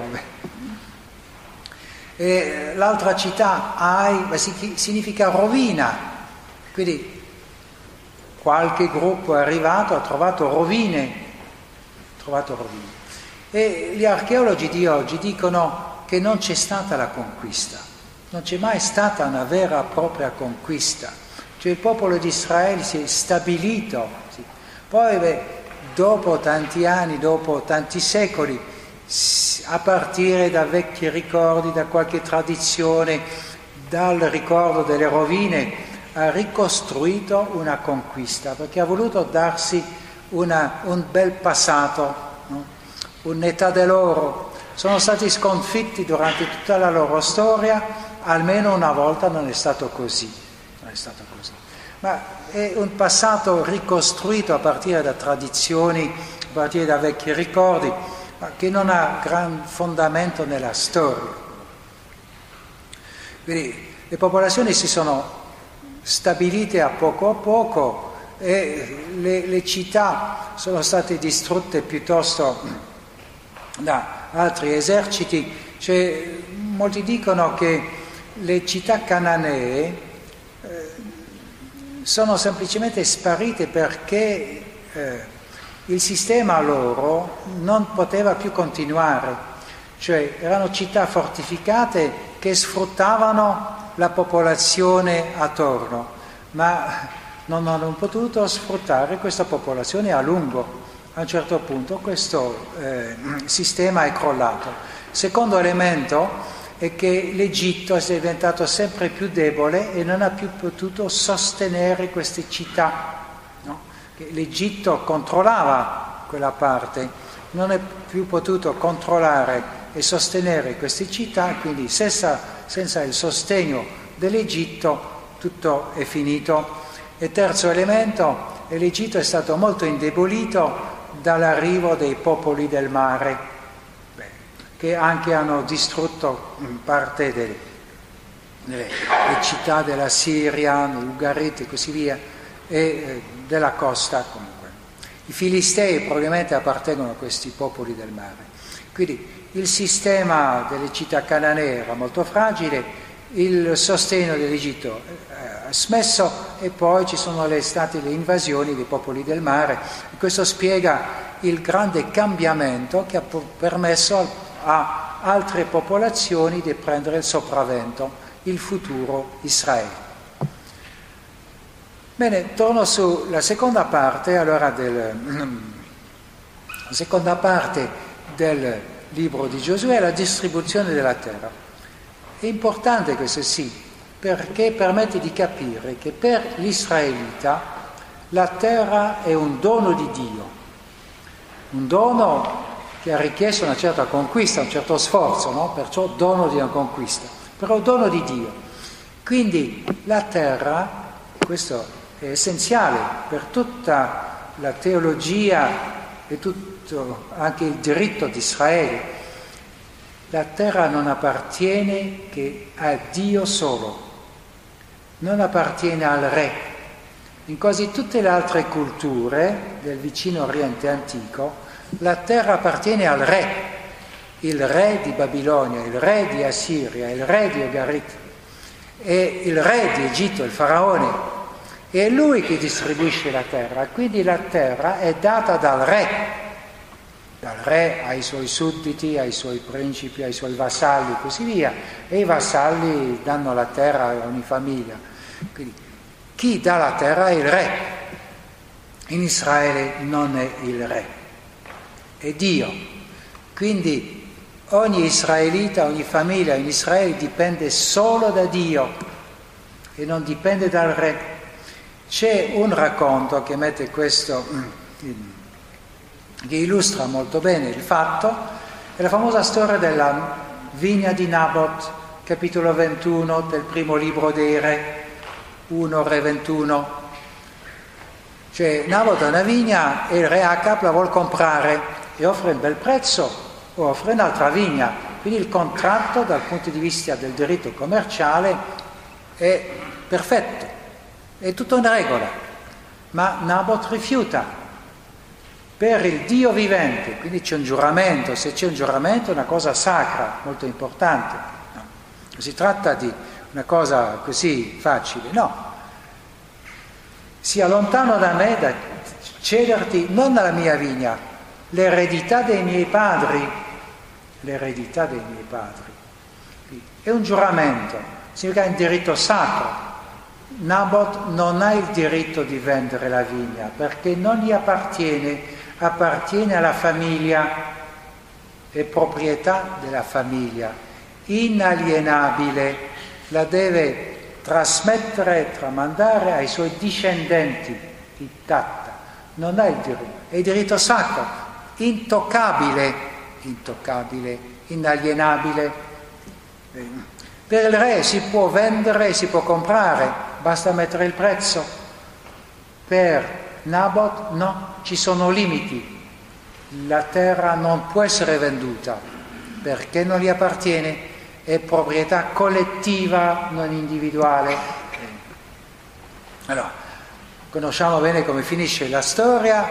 E l'altra città, Ai, significa rovina, quindi qualche gruppo è arrivato, ha trovato rovine. E gli archeologi di oggi dicono che non c'è stata la conquista, non c'è mai stata una vera e propria conquista, cioè il popolo di Israele si è stabilito, sì. Poi dopo tanti anni, dopo tanti secoli, a partire da vecchi ricordi, da qualche tradizione, dal ricordo delle rovine, ha ricostruito una conquista, perché ha voluto darsi un bel passato, no? Un'età dell'oro. Sono stati sconfitti durante tutta la loro storia, almeno una volta non è stato così. Ma è un passato ricostruito a partire da tradizioni, a partire da vecchi ricordi, ma che non ha gran fondamento nella storia. Quindi le popolazioni si sono stabilite a poco e le città sono state distrutte piuttosto da altri eserciti. Molti dicono che le città cananee sono semplicemente sparite perché il sistema loro non poteva più continuare, cioè erano città fortificate che sfruttavano la popolazione attorno, ma non hanno potuto sfruttare questa popolazione a lungo. A un certo punto questo sistema è crollato. Secondo elemento è che l'Egitto è diventato sempre più debole e non ha più potuto sostenere queste città. No? L'Egitto controllava quella parte, non è più potuto controllare e sostenere queste città, quindi senza il sostegno dell'Egitto tutto è finito. E terzo elemento, l'Egitto è stato molto indebolito dall'arrivo dei popoli del mare, che anche hanno distrutto parte delle città della Siria, dell'Ugarit e così via, e della costa comunque. I Filistei probabilmente appartengono a questi popoli del mare. Quindi il sistema delle città cananee era molto fragile, il sostegno dell'Egitto ha smesso e poi ci sono state le invasioni dei popoli del mare. E questo spiega il grande cambiamento che ha permesso a altre popolazioni di prendere il sopravvento, il futuro Israele. Bene, torno sulla seconda parte, la seconda parte del libro di Giosuè, la distribuzione della terra. È importante questo sì, perché permette di capire che per l'israelita la terra è un dono di Dio, un dono che ha richiesto una certa conquista, un certo sforzo, no? Perciò dono di una conquista, però dono di Dio. Quindi la terra, questo è essenziale per tutta la teologia e tutto anche il diritto di Israele. La terra non appartiene che a Dio solo, non appartiene al re. In quasi tutte le altre culture del vicino Oriente antico, la terra appartiene al re, il re di Babilonia, il re di Assiria, il re di Ugarit e il re di Egitto, il faraone. È lui che distribuisce la terra, quindi la terra è data dal re ai suoi sudditi, ai suoi principi, ai suoi vassalli e così via, e i vassalli danno la terra a ogni famiglia. Quindi chi dà la terra è il re. In Israele non è il re, è Dio. Quindi ogni israelita, ogni famiglia in Israele dipende solo da Dio e non dipende dal re. C'è un racconto che mette questo, che illustra molto bene il fatto, è la famosa storia della vigna di Nabot, capitolo 21 del primo libro dei Re, 1 Re 21. Cioè Nabot ha una vigna e il re Acab la vuol comprare e offre un bel prezzo o offre un'altra vigna. Quindi il contratto dal punto di vista del diritto commerciale è perfetto, è tutto in regola, ma Nabot rifiuta per il Dio vivente, quindi c'è un giuramento. Se c'è un giuramento è una cosa sacra, molto importante, no? Non si tratta di una cosa così facile, no. Sia lontano da me da cederti non la mia vigna, l'eredità dei miei padri, l'eredità dei miei padri. È un giuramento, significa un diritto sacro. Nabot non ha il diritto di vendere la vigna perché non gli appartiene, appartiene alla famiglia, è proprietà della famiglia, inalienabile, la deve trasmettere, tramandare ai suoi discendenti, intatta. Non ha il diritto, è il diritto sacro, intoccabile, inalienabile. Per il re si può vendere e si può comprare, basta mettere il prezzo. Per Nabot no, ci sono limiti. La terra non può essere venduta perché non gli appartiene, è proprietà collettiva, non individuale. Allora, Conosciamo bene come finisce la storia.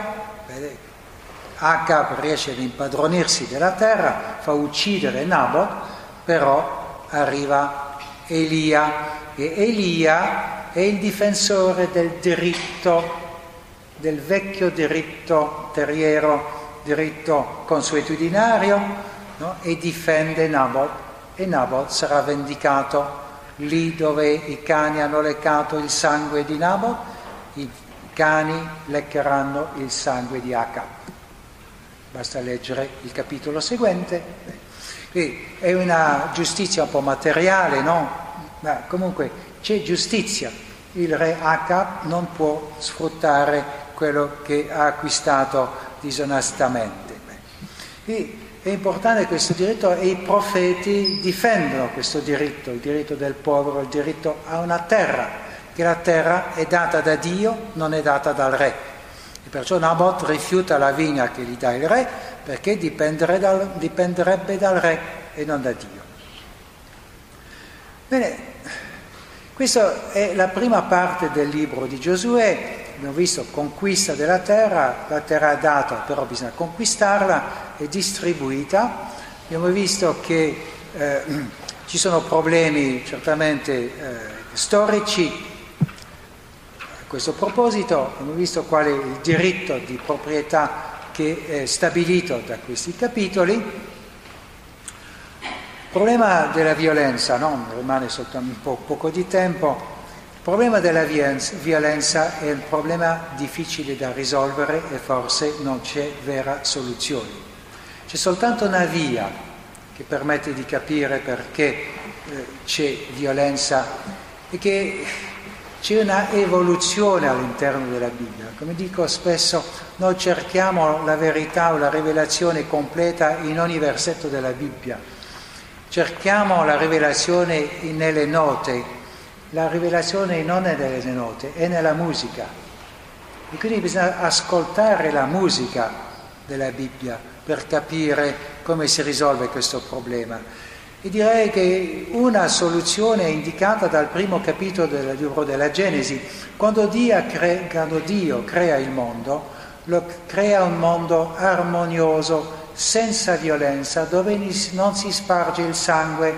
Acab riesce ad impadronirsi della terra, fa uccidere Nabot, però arriva Elia, e Elia è il difensore del diritto, del vecchio diritto terriero, diritto consuetudinario, no? E difende Nabot, e Nabot sarà vendicato. Lì dove i cani hanno leccato il sangue di Nabot, i cani leccheranno il sangue di Acab. Basta leggere il capitolo seguente. Quindi è una giustizia un po' materiale, no? Ma comunque c'è giustizia. Il re Acab non può sfruttare quello che ha acquistato disonestamente. Quindi è importante questo diritto, e i profeti difendono questo diritto, il diritto del povero, il diritto a una terra, che la terra è data da Dio, non è data dal re. E perciò Nabot rifiuta la vigna che gli dà il re, perché dipenderebbe dal re e non da Dio. Bene, questa è la prima parte del libro di Giosuè. Abbiamo visto conquista della terra, la terra è data, però bisogna conquistarla, è distribuita. Abbiamo visto che ci sono problemi certamente storici. A questo proposito abbiamo visto qual è il diritto di proprietà che è stabilito da questi capitoli. Il problema della violenza, no? Rimane soltanto poco di tempo. Il problema della violenza è un problema difficile da risolvere e forse non c'è vera soluzione. C'è soltanto una via che permette di capire perché c'è violenza e che c'è una evoluzione all'interno della Bibbia. Come dico spesso, noi cerchiamo la verità o la rivelazione completa in ogni versetto della Bibbia. Cerchiamo la rivelazione nelle note. La rivelazione non è nelle note, è nella musica. E quindi bisogna ascoltare la musica della Bibbia per capire come si risolve questo problema. E direi che una soluzione è indicata dal primo capitolo del libro della Genesi. Quando Dio crea il mondo, lo crea un mondo armonioso, senza violenza, dove non si sparge il sangue.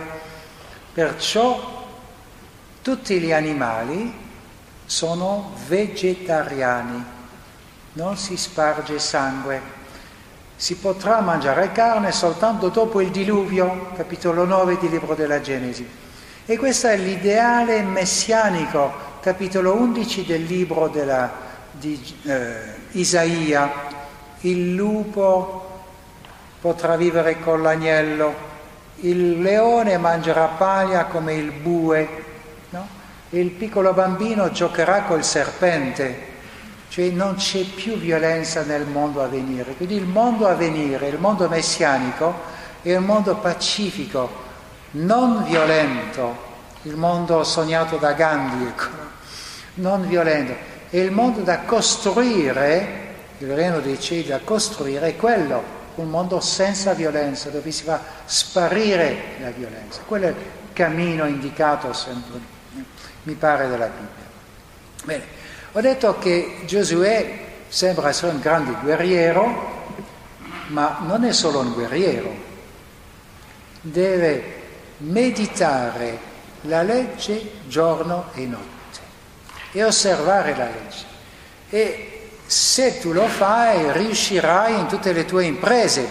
Perciò tutti gli animali sono vegetariani, non si sparge sangue. Si potrà mangiare carne soltanto dopo il diluvio, capitolo 9 del libro della Genesi. E questo è l'ideale messianico, capitolo 11 del libro di Isaia. Il lupo potrà vivere con l'agnello, il leone mangerà paglia come il bue, no? Il piccolo bambino giocherà col serpente, cioè non c'è più violenza nel mondo a venire. Quindi il mondo a venire, il mondo messianico, è un mondo pacifico, non violento, il mondo sognato da Gandhi, ecco, non violento. E il mondo da costruire, il regno dei cieli da costruire, è quello, un mondo senza violenza, dove si fa sparire la violenza. Quello è il cammino indicato sempre, mi pare, dalla Bibbia. Bene, ho detto che Giosuè sembra essere un grande guerriero, ma non è solo un guerriero, deve meditare la legge giorno e notte e osservare la legge. E se tu lo fai, riuscirai in tutte le tue imprese.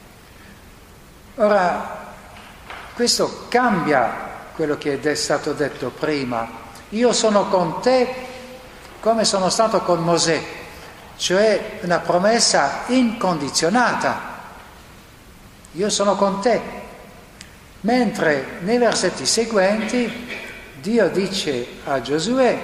Ora, questo cambia quello che è stato detto prima. Io sono con te come sono stato con Mosè, cioè una promessa incondizionata. Io sono con te. Mentre nei versetti seguenti Dio dice a Giosuè: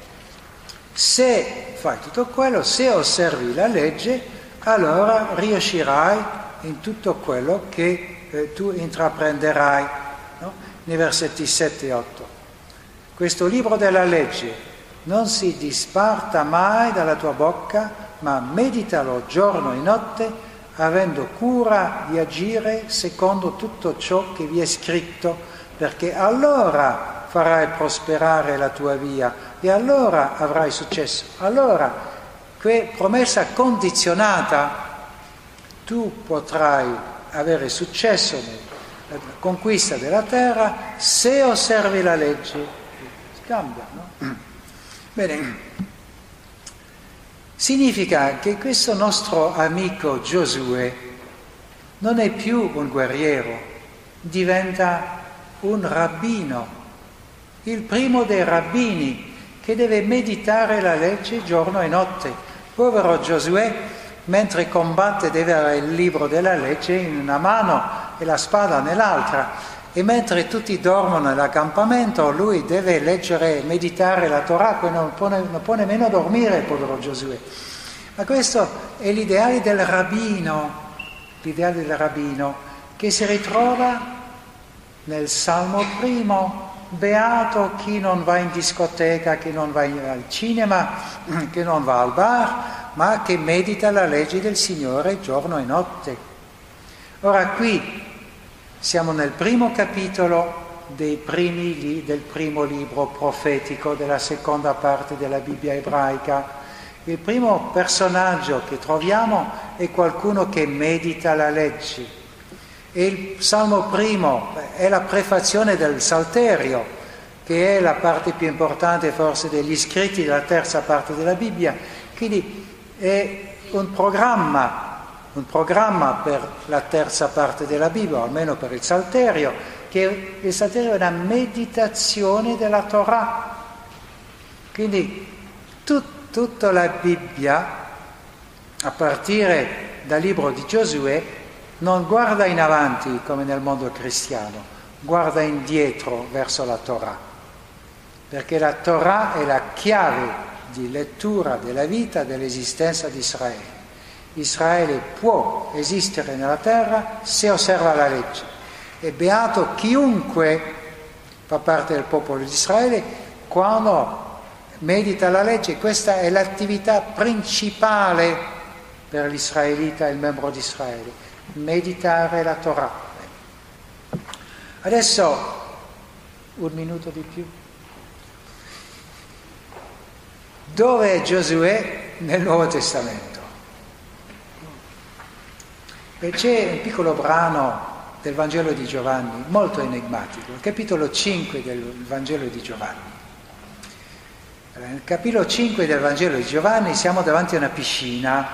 se fai tutto quello, se osservi la legge, allora riuscirai in tutto quello che tu intraprenderai, no? Nei versetti 7 e 8. Questo libro della legge non si disparta mai dalla tua bocca, ma meditalo giorno e notte, avendo cura di agire secondo tutto ciò che vi è scritto, perché allora farai prosperare la tua via e allora avrai successo. Allora, promessa condizionata, tu potrai avere successo nella conquista della terra se osservi la legge. Cambia, no? Bene, significa che questo nostro amico Giosuè non è più un guerriero, diventa un rabbino, il primo dei rabbini che deve meditare la legge giorno e notte. Povero Giosuè, mentre combatte deve avere il libro della legge in una mano e la spada nell'altra, e mentre tutti dormono nell'accampamento lui deve leggere e meditare la Torah, non può nemmeno dormire, povero Giosuè. Ma questo è l'ideale del rabbino che si ritrova nel Salmo primo: beato chi non va in discoteca, chi non va al cinema, che non va al bar, ma che medita la legge del Signore giorno e notte. Ora qui siamo nel primo capitolo del primo libro profetico della seconda parte della Bibbia ebraica. Il primo personaggio che troviamo è qualcuno che medita la legge. E il Salmo primo è la prefazione del Salterio, che è la parte più importante forse degli scritti della terza parte della Bibbia. Quindi è un programma per la terza parte della Bibbia, o almeno per il Salterio, che il Salterio è una meditazione della Torah. Quindi tutta la Bibbia, a partire dal libro di Giosuè, non guarda in avanti come nel mondo cristiano, guarda indietro verso la Torah, perché la Torah è la chiave di lettura della vita, dell'esistenza di Israele. Israele può esistere nella terra se osserva la legge. E beato chiunque fa parte del popolo di Israele quando medita la legge. Questa è l'attività principale per l'israelita, il membro di Israele, meditare la Torah. Adesso un minuto di più. Dove è Giosuè nel Nuovo Testamento? C'è un piccolo brano del Vangelo di Giovanni, molto enigmatico, il capitolo 5 del Vangelo di Giovanni. Nel capitolo 5 del Vangelo di Giovanni siamo davanti a una piscina,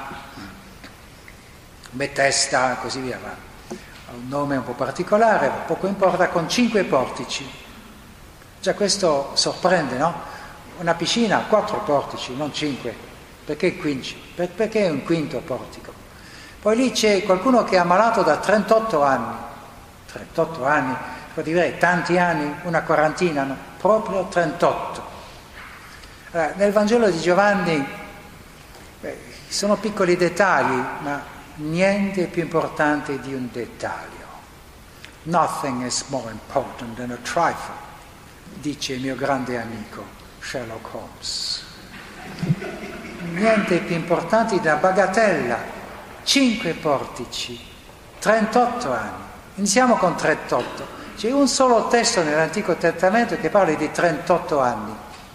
Bethesda, così via, ma ha un nome un po' particolare, poco importa, con 5 portici. Già questo sorprende, no? Una piscina ha 4 portici, non 5. Perché 15? Perché un quinto portico? Poi lì c'è qualcuno che è ammalato da 38 anni. 38 anni, può dire tanti anni, una quarantina, no? Proprio 38. Allora, nel Vangelo di Giovanni sono piccoli dettagli, ma niente più importante di un dettaglio. Nothing is more important than a trifle, dice il mio grande amico Sherlock Holmes. Niente più importante di una bagatella. 5 portici, 38 anni. Iniziamo con 38. C'è un solo testo nell'Antico Testamento che parla di 38 anni.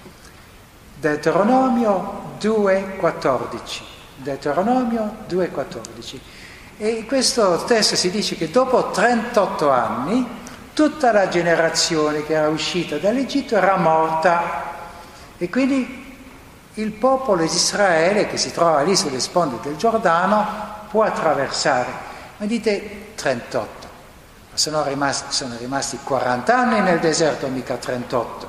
Deuteronomio 2,14. Deuteronomio 2,14. E in questo testo si dice che dopo 38 anni tutta la generazione che era uscita dall'Egitto era morta. E quindi il popolo di Israele, che si trova lì sulle sponde del Giordano, può attraversare. Ma dite 38, ma sono rimasti 40 anni nel deserto, mica 38.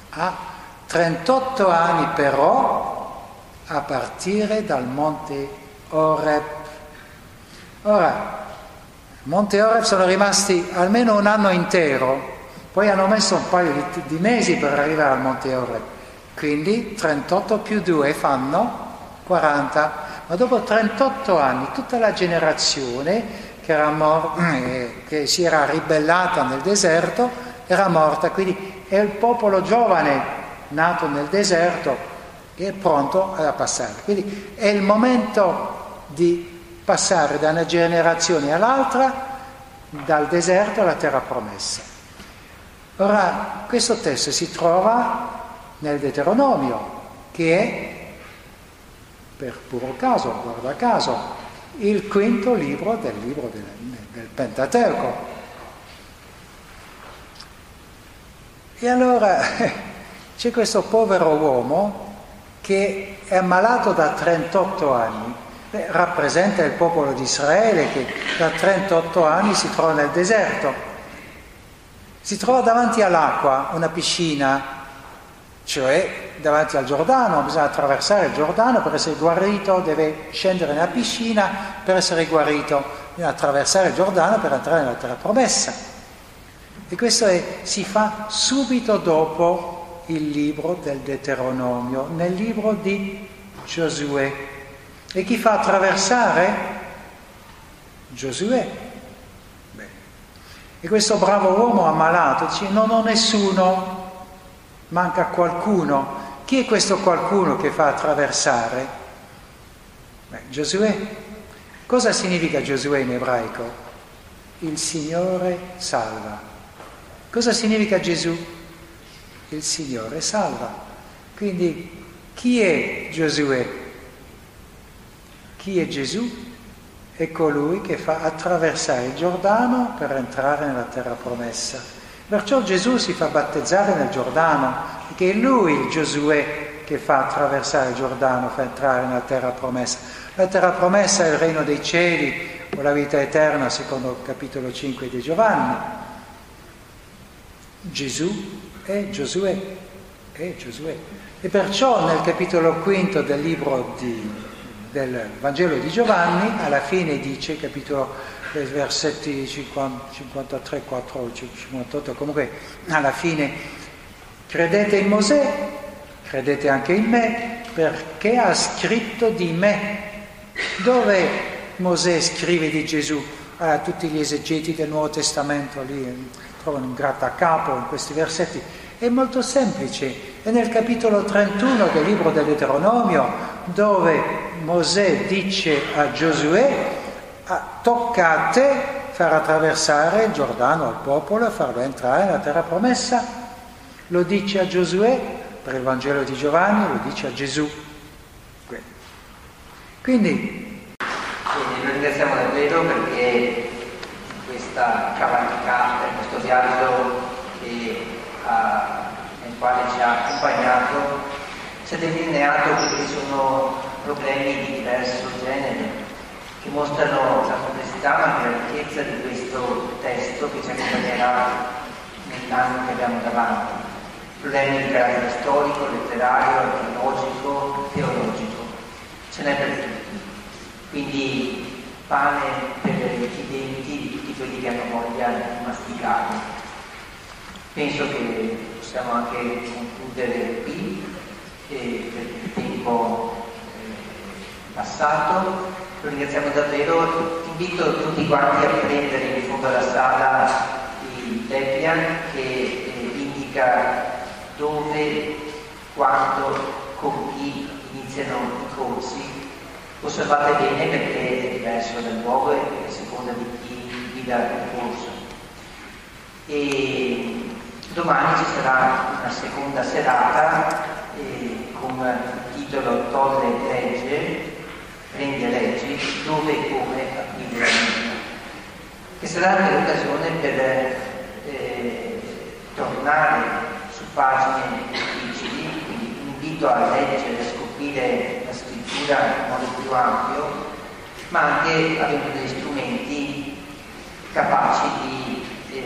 38 anni però a partire dal monte Oreb. Ora, monte Oreb sono rimasti almeno un anno intero, poi hanno messo un paio di mesi per arrivare al monte Oreb. Quindi 38 più 2 fanno 40. Ma dopo 38 anni tutta la generazione che si era ribellata nel deserto era morta, quindi è il popolo giovane nato nel deserto che è pronto a passare. Quindi è il momento di passare da una generazione all'altra, dal deserto alla terra promessa. Ora, questo testo si trova nel Deuteronomio, che è, per puro caso, guarda caso, il quinto libro del Pentateuco. E allora c'è questo povero uomo che è ammalato da 38 anni. Rappresenta il popolo di Israele che da 38 anni si trova nel deserto. Si trova davanti all'acqua, una piscina, cioè davanti al Giordano. Bisogna attraversare il Giordano per essere guarito, deve scendere nella piscina per essere guarito. Bisogna attraversare il Giordano per entrare nella terra promessa. E questo si fa subito dopo il libro del Deuteronomio, nel libro di Giosuè. E chi fa attraversare? Giosuè. Beh. E questo bravo uomo ammalato dice: non ho nessuno, manca qualcuno. Chi è questo qualcuno che fa attraversare? Beh, Giosuè. Cosa significa Giosuè in ebraico? Il Signore salva. Cosa significa Gesù? Il Signore salva. Quindi chi è Giosuè? Chi è Gesù? È colui che fa attraversare il Giordano per entrare nella terra promessa. Perciò Gesù si fa battezzare nel Giordano, perché è lui il Giosuè che fa attraversare il Giordano, fa entrare nella terra promessa. La terra promessa è il regno dei cieli o la vita eterna, secondo il capitolo 5 di Giovanni. Gesù è Giosuè, e perciò nel capitolo 5 del libro del Vangelo di Giovanni, alla fine dice, capitolo versetti 53, 4, 58, comunque alla fine: credete in Mosè, credete anche in me, perché ha scritto di me. Dove Mosè scrive di Gesù? A tutti gli esegeti del Nuovo Testamento lì trovano un grattacapo in questi versetti. È molto semplice, è nel capitolo 31 del libro del Deuteronomio, dove Mosè dice a Giosuè: tocca a te far attraversare il Giordano al popolo e farlo entrare nella terra promessa. Lo dice a Giosuè, per il Vangelo di Giovanni lo dice a Gesù. Quindi lo ringraziamo davvero perché questa cavalcata, questo viaggio nel quale ci ha accompagnato, si è delineato che ci sono problemi di diverso genere che mostrano la complessità ma anche la ricchezza di questo testo che ci accompagnerà nell'anno che abbiamo davanti. Problemi di carattere storico, letterario, archeologico, teologico. Ce n'è per tutti. Quindi pane per i denti di tutti quelli che hanno voglia di masticare. Penso che possiamo anche concludere qui per il tempo passato. Lo ringraziamo davvero. Invito tutti quanti a prendere in fondo alla sala il Debian che indica dove, quando, con chi iniziano i corsi. Osservate bene perché è diverso dal luogo e a seconda di chi guida il corso. E domani ci sarà una seconda serata con il titolo Tolle e legge, prendi e leggi, dove e come applichi la vita, che sarà anche l'occasione per tornare su pagine difficili, quindi invito a leggere, a scoprire la scrittura in modo più ampio, ma anche avendo degli strumenti capaci di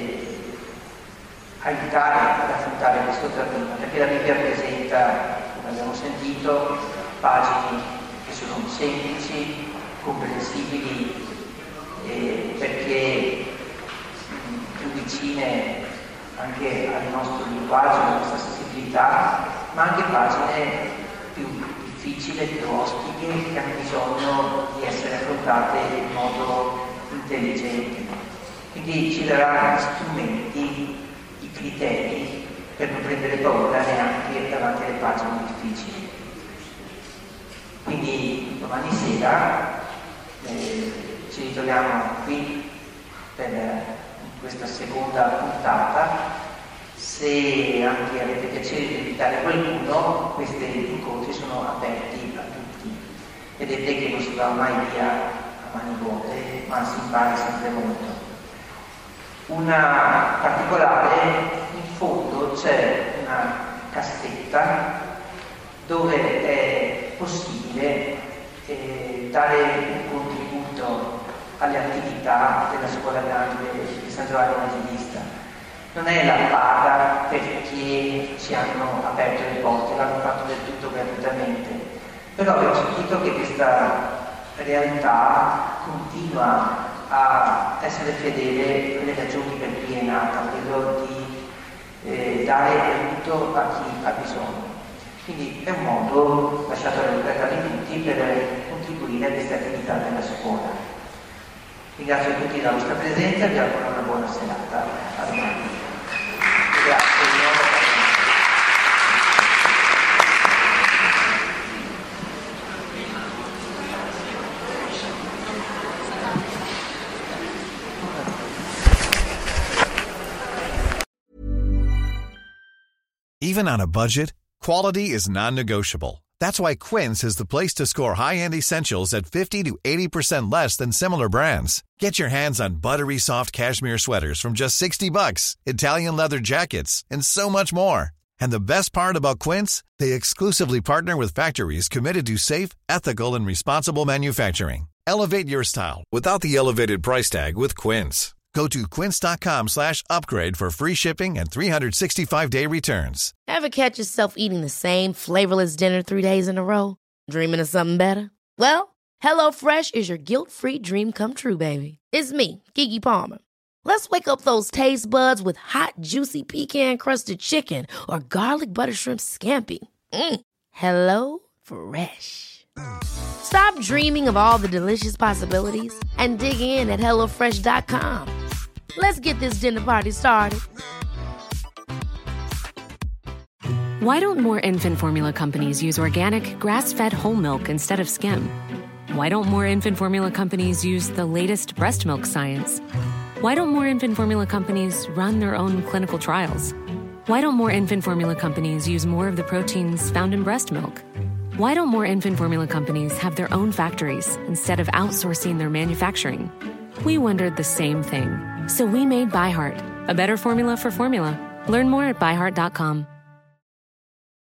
aiutare ad affrontare questo cammino, perché la Bibbia presenta, come abbiamo sentito, pagine che sono semplici, comprensibili, perché più vicine anche al nostro linguaggio, alla nostra sensibilità, ma anche pagine più difficili, più ostiche, che hanno bisogno di essere affrontate in modo intelligente. Quindi ci darà strumenti, i criteri per non prendere paura neanche davanti alle pagine difficili. Quindi domani sera ci ritroviamo qui per questa seconda puntata, Se anche avete piacere di invitare qualcuno, questi incontri sono aperti a tutti. Vedete che non si va mai via a mani vuote, ma si impara sempre molto. Una particolare, in fondo c'è una cassetta dove è possibile dare un contributo alle attività della scuola grande di San Giovanni Evangelista. Non è la paga perché ci hanno aperto le porte, l'hanno fatto del tutto gratuitamente, però ho sentito che questa realtà continua a essere fedele alle ragioni per cui è nata, quello di dare aiuto a chi ha bisogno. Quindi è un modo, lasciato alla libertà di tutti, per contribuire a queste attività della scuola. Ringrazio tutti della vostra presenza e vi auguro una buona serata. A domani. Even on a budget, quality is non-negotiable. That's why Quince is the place to score high-end essentials at 50 to 80% less than similar brands. Get your hands on buttery soft cashmere sweaters from just $60, Italian leather jackets, and so much more. And the best part about Quince, they exclusively partner with factories committed to safe, ethical, and responsible manufacturing. Elevate your style without the elevated price tag with Quince. Go to quince.com/upgrade for free shipping and 365-day returns. Ever catch yourself eating the same flavorless dinner 3 days in a row? Dreaming of something better? Well, HelloFresh is your guilt-free dream come true, baby. It's me, Keke Palmer. Let's wake up those taste buds with hot, juicy pecan-crusted chicken or garlic butter shrimp scampi. Hello Fresh. Stop dreaming of all the delicious possibilities and dig in at HelloFresh.com. Let's get this dinner party started. Why don't more infant formula companies use organic, grass-fed whole milk instead of skim? Why don't more infant formula companies use the latest breast milk science? Why don't more infant formula companies run their own clinical trials? Why don't more infant formula companies use more of the proteins found in breast milk? Why don't more infant formula companies have their own factories instead of outsourcing their manufacturing? We wondered the same thing. So we made ByHeart, a better formula for formula. Learn more at byheart.com.